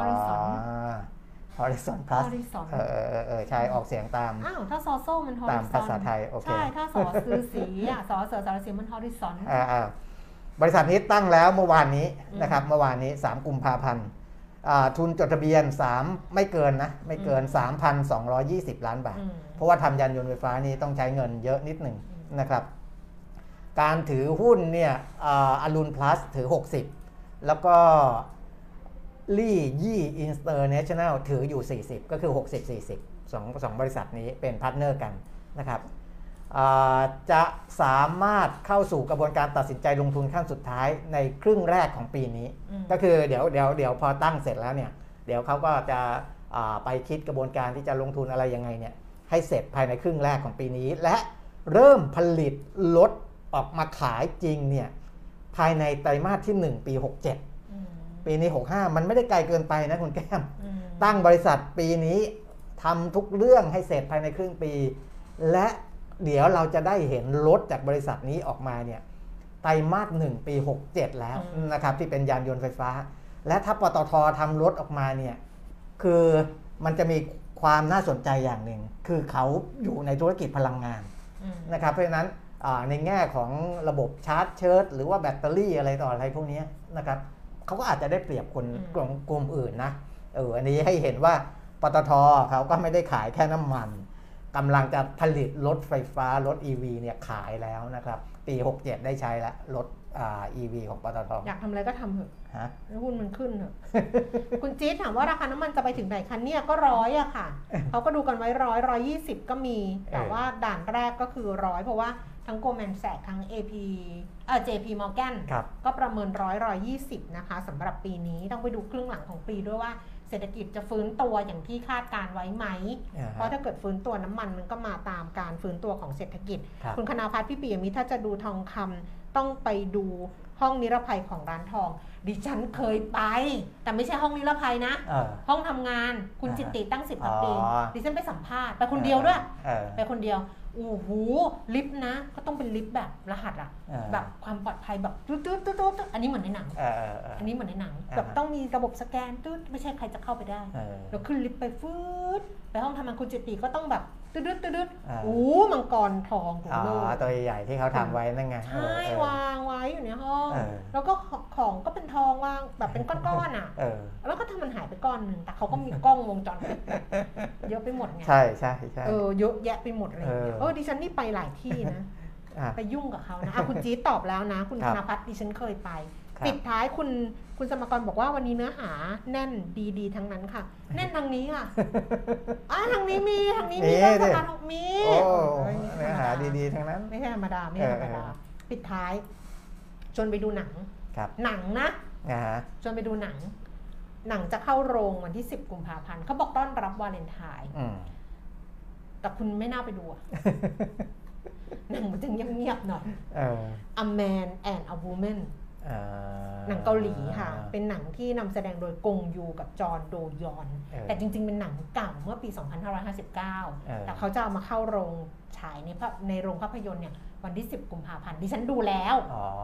Plus ใช่ออกเสียงตามถ้าซอโซ่มัน Horizon ตามภาษาไทยโอเคใช่ถ้าสอฤาษีสอเสือสารสีมัน Horizon บริษัทนี้ตั้งแล้วเมื่อวานนี้นะครับเมื่อวานนี้3กุมภาพันธ์ทุนจดทะเบียน3ไม่เกิน 3,220 ล้านบาทเพราะว่าทำยานยนต์ไฟฟ้านี้ต้องใช้เงินเยอะนิดหนึ่งนะครับการถือหุ้นเนี่ยอรุณพลัสถือ60แล้วก็ลี่ยี่อินเตอร์เนชั่นแนลถืออยู่40ก็คือ60-40สองบริษัทนี้เป็นพาร์ทเนอร์กันนะครับจะสามารถเข้าสู่กระบวนการตัดสินใจลงทุนขั้นสุดท้ายในครึ่งแรกของปีนี้ก็คือเดี๋ยวพอตั้งเสร็จแล้วเนี่ยเดี๋ยวเขาก็จะไปคิดกระบวนการที่จะลงทุนอะไรยังไงเนี่ยให้เสร็จภายในครึ่งแรกของปีนี้และเริ่มผลิตรถออกมาขายจริงเนี่ยภายในไตรมาสที่1ปี67 ปีนี้65มันไม่ได้ไกลเกินไปนะคุณแก้มตั้งบริษัทปีนี้ทำทุกเรื่องให้เสร็จภายในครึ่งปีและเดี๋ยวเราจะได้เห็นรถจากบริษัทนี้ออกมาเนี่ยไตรมาส1ปี67แล้วนะครับที่เป็นยานยนต์ไฟฟ้าและถ้าปตท.ทำรถออกมาเนี่ยคือมันจะมีความน่าสนใจอย่างหนึ่งคือเขาอยู่ในธุรกิจพลังงานนะครับเพราะฉะนั้นในแง่ของระบบชาร์จเชิร์จหรือว่าแบตเตอรี่อะไรต่ออะไรพวกนี้นะครับเขาก็อาจจะได้เปรียบคนกลุ่มอื่นนะอันนี้ให้เห็นว่าปตท.เขาก็ไม่ได้ขายแค่น้ำมันกำลังจะผลิตรถไฟฟ้ารถ EV เนี่ยขายแล้วนะครับปี67ได้ใช้แล้วรถEV ของปตท. อยากทำอะไรก็ทำเถอะแล้วหุ้นมันขึ้นเถอะ คุณจี๊ดถามว่าราคาน้ำมันจะไปถึงไหนคะเนี่ยก็100อะค่ะ เขาก็ดูกันไว้120ก็มีแต่ว่าด่านแรกก็คือ100เพราะว่าทั้ง Goldman Sachs ทั้ง JP Morgan ก็ประเมิน120นะคะสำหรับปีนี้ต้องไปดูครึ่งหลังของปีด้วยว่าเศรษฐกิจจะฟื้นตัวอย่างที่คาดการไว้ไหมเพราะถ้าเกิดฟื้นตัวน้ำมันมันก็มาตามการฟื้นตัวของเศรษฐกิจคุณคณาภัทรพี่ปิยมิตรถ้าจะดูทองคำต้องไปดูห้องนิรภัยของร้านทองดิฉันเคยไปแต่ไม่ใช่ห้องนิรภัยนะห้องทำงานคุณจิตติตั้ง10 ปีดิฉันไปสัมภาษณ์ไปคนเดียวด้วยไปคนเดียวโอ้โหลิฟต์นะก็ต้องเป็นลิฟต์แบบรหัสอะแบบความปลอดภัยแบบตุ๊ดอันนี้เหมือนในหนังอันนี้เหมือนในหนังแบบต้องมีระบบสแกนตุ๊ดไม่ใช่ใครจะเข้าไปได้แล้วขึ้นลิฟต์ไปฟืดไปห้องทำงานคุณจิตติก็ต้องแบบตืดโอ้มังกรทองของโลกตัวใหญ่ที่เขาทำไว้นั่นไงใช่วางไว้อยู่ในห้องแล้วก็ของก็เป็นทองวางแบบเป็นก้อนๆอ่ะแล้วก็ถ้ามันหายไปก้อนหนึ่งแต่เขาก็มีกล้องวงจรปิดเยอะไปหมดไงใช่เยอะแยะไปหมดเลยดิฉันนี่ไปหลายที่นะไปยุ่งกับเขานะคุณจี๊ดตอบแล้วนะคุณธนภัทรดิฉันเคยไปปิดท้ายคุณสมกรบอกว่าวันนี้เนื้อหาแน่นดีๆทั้งนั้นค่ะแน่นทางนี้ค่ะทางนี้มีเรื่องสำคัญมีเนื้อหาดีๆทั้งนั้นไม่ใช่ธรรมดาปิดท้ายชวนไปดูหนังหนังนะชวนไปดูหนังจะเข้าโรงวันที่10 กุมภาพันธ์เขาบอกต้อนรับวาเลนไทน์แต่คุณไม่น่าไปดูหนังมันจะเงียบๆหน่อย A Man and a Womanหนังเกาหลีค่ะเป็นหนังที่นำแสดงโดยกงยูกับจอห์นโดยอนแต่จริงๆเป็นหนังเก่าเมื่อปี2559แต่เขาจะเอามาเข้าโรงฉายในโรงภาพยนตร์เนี่ยวันที่10 กุมภาพันธ์ดิฉันดูแล้ว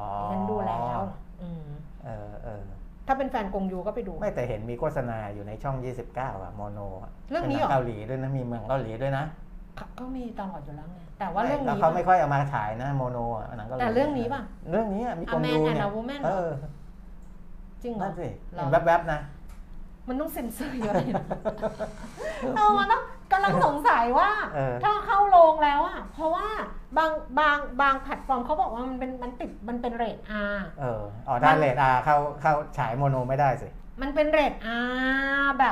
ถ้าเป็นแฟนกงยูก็ไปดูไม่แต่เห็นมีโฆษณาอยู่ในช่อง29โมโนเรื่องนี้เหรอเกาหลีด้วยนะมีเมืองเกาหลีด้วยนะก็มีตลอดอยู่แล้วไงแต่ว่าเรื่องนี้เขาไม่ค่อยเอามาฉายนะโมโนหนังเกาหลีแต่เรื่องนี้ป่ะเรื่องนี้มีคนดูเนี่ยจริงเหรอนั่นสิแวบๆนะมันต้องเซ็นเซอร์เยอะเลยนะมันต้องกำลังสงสัยว่าถ้าเข้าโรงแล้วอ่ะเพราะว่าบางแพลตฟอร์มเขาบอกว่ามันเป็นเรท R ถ้าเรท R เข้าฉายโมโนไม่ได้สิมันเป็นเรท R แบบ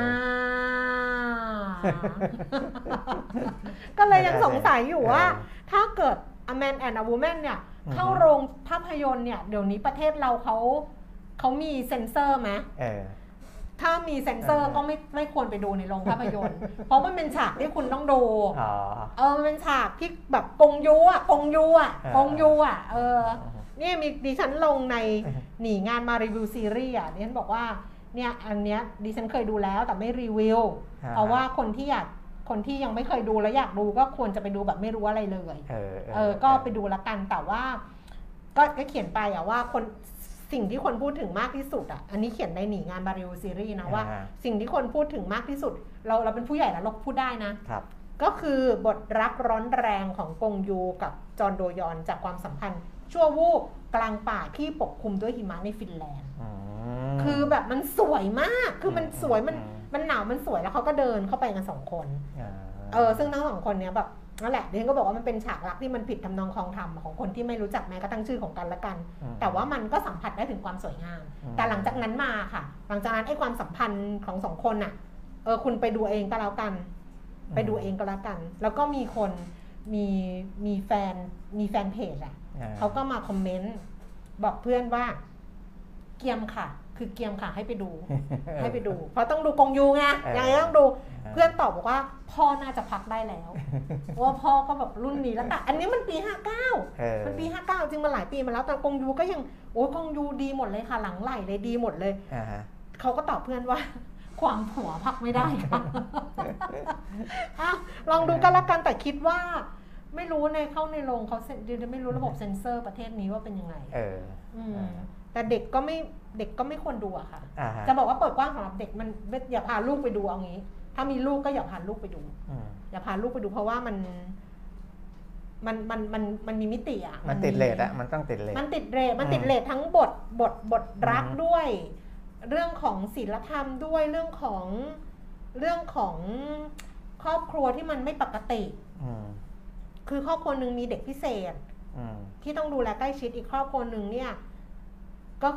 ก็เลยยังสงสัยอยู่ว่าถ้าเกิด A Man and a Woman เนี่ยเข้าโรงภาพยนตร์เนี่ยเดี๋ยวนี้ประเทศเราเขามีเซ็นเซอร์ไหมถ้ามีเซ็นเซอร์ก็ไม่ควรไปดูในโรงภาพยนตร์เพราะมันเป็นฉากที่คุณต้องดูมันเป็นฉากที่แบบกงยูอ่ะนี่มีดิฉันลงในหนีงานมารีวิวซีรีส์ดิฉันบอกว่าเนี่ยอันเนี้ยดิฉันเคยดูแล้วแต่ไม่รีวิวเพราะว่าคนที่ยังไม่เคยดูแล้วอยากดูก็ควรจะไปดูแบบไม่รู้อะไรเลยก็ไปดูละกันแต่ว่าก็เขียนไปว่าสิ่งที่คนพูดถึงมากที่สุดอันนี้เขียนในหนีงานมารีวิวซีรีส์นะว่าสิ่งที่คนพูดถึงมากที่สุดเราเป็นผู้ใหญ่แล้วเราพูดได้นะก็คือบทรักร้อนแรงของกงยูกับจอห์นโดยอนจากความสัมพันธ์ชั่ววูบกลางป่าที่ปกคลุมด้วยหิมะในฟินแลนด์คือแบบมันสวยมากคือมันสวยมันหนาวมันสวยแล้วเขาก็เดินเข้าไปกัน2 คนซึ่งทั้ง2 คนเนี้ยแบบนั่นแหละดิฉันก็บอกว่ามันเป็นฉากรักที่มันผิดทำนองคลองธรรมของคนที่ไม่รู้จักแม้กระทั่งชื่อของกันและกันแต่ว่ามันก็สัมผัสได้ถึงความสวยงามแต่หลังจากนั้นมาค่ะหลังจากนั้นไอ้ความสัมพันธ์ของ2 คนน่ะคุณไปดูเองก็แล้วกันไปดูเองก็แล้วกันแล้วก็มีคนมีแฟนเพจเขาก็มาคอมเมนต์บอกเพื่อนว่าเกียมค่ะคือเกียมค่ะให้ไปดู ให้ไปดูเพราะต้องดูกงยูไงยังไงต้องดูเพื่อนตอบบอกว่าพ่อน่าจะพักได้แล้วว่าพ่อก็แบบรุ่นนี้แล้วแต่อันนี้มันปี59มันปี59จริงมันหลายปีมาแล้วแต่กงยูก็ยังโอ้ยกงยูดีหมดเลยค่ะหลังไหลเลยดีหมดเลยเขาก็ตอบเพื่อนว่าความผัวพักไม่ได้ค่ะลองดูกันละกันแต่คิดว่าไม่รู้ในเข้าในโรงเขาไม่รู้ระบบเซ็นเซอร์ประเทศนี้ว่าเป็นยังไงแต่เด็กก็ไม่ควรดูอะค่ะจะบอกว่าเปิดกว้างสำหรับเด็กมันอย่าพาลูกไปดูเอางี้ถ้ามีลูกก็อย่าพาลูกไปดูอย่าพาลูกไปดูเพราะว่ามันมีมิติอะมันติดเรทอะมันต้องติดเรทมันติดเรททั้งบทรักด้วยเรื่องของศีลธรรมด้วยเรื่องของครอบครัวที่มันไม่ปกติคือครอบครัวนึงมีเด็กพิเศษที่ต้องดูแลใกล้ชิดอีกครอบครัวนึงเนี่ยก็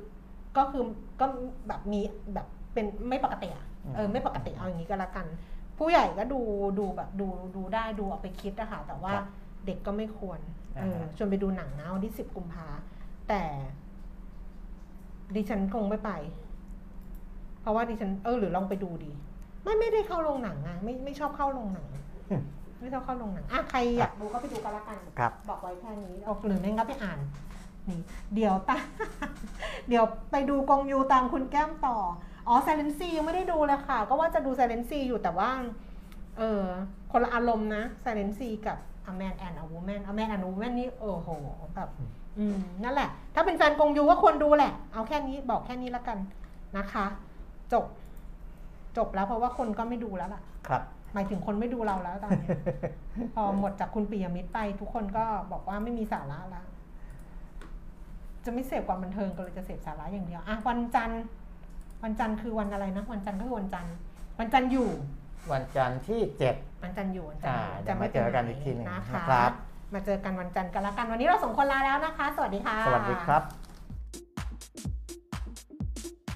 แบบมีแบบเป็นไม่ปกติไม่ปกติเอาอย่างนี้ก็แล้วกันผู้ใหญ่ก็ดูแบบดูได้ดูเอาไปคิดนะคะแต่ว่าเด็กก็ไม่ควรชวนไปดูหนังนะวันที่10 กุมภาแต่ดิฉันคงไม่ไปเพราะว่าดิฉันหรือลองไปดูดีไม่ได้เข้าโรงหนังนะไม่ชอบเข้าโรงหนังไม่ชอบเข้าโรงหนังใครอยากดูก็ไปดูกันละกันบอกไว้แค่นี้หรือไม่งั้นไปอ่านนี่เดี๋ยวไปดูกงยูตามคุณแก้มต่อไซเลนซียังไม่ได้ดูเลยค่ะก็ว่าจะดูไซเลนซีอยู่แต่ว่าคนละอารมณ์นะไซเลนซีกับ A Man and a Woman A Man and a Woman นี่โอ้โหแบบนั่นแหละถ้าเป็นแฟนกงยูก็ควรดูแหละเอาแค่นี้บอกแค่นี้ละกันนะคะจบแล้วเพราะว่าคนก็ไม่ดูแล้วล่ะครับหมายถึงคนไม่ดูเราแล้วตอนนี้ พอหมดจากคุณปิยมิตรไปทุกคนก็บอกว่าไม่มีสาระแล้วจะไม่เสพความบันเทิงก็เลยจะเสพสาระอย่างเดียววันจันทร์คือวันอะไรนะวันจันทร์ก็คือวันจันทร์อยู่วันจันทร์ที่7 วันจันทร์อยู่จะมาเจอกันอีกทีนึงนะคะมาเจอกันวันจันทร์กันละกันวันนี้เรา2 คนลาแล้วนะคะสวัสดีค่ะสวัสดีครับ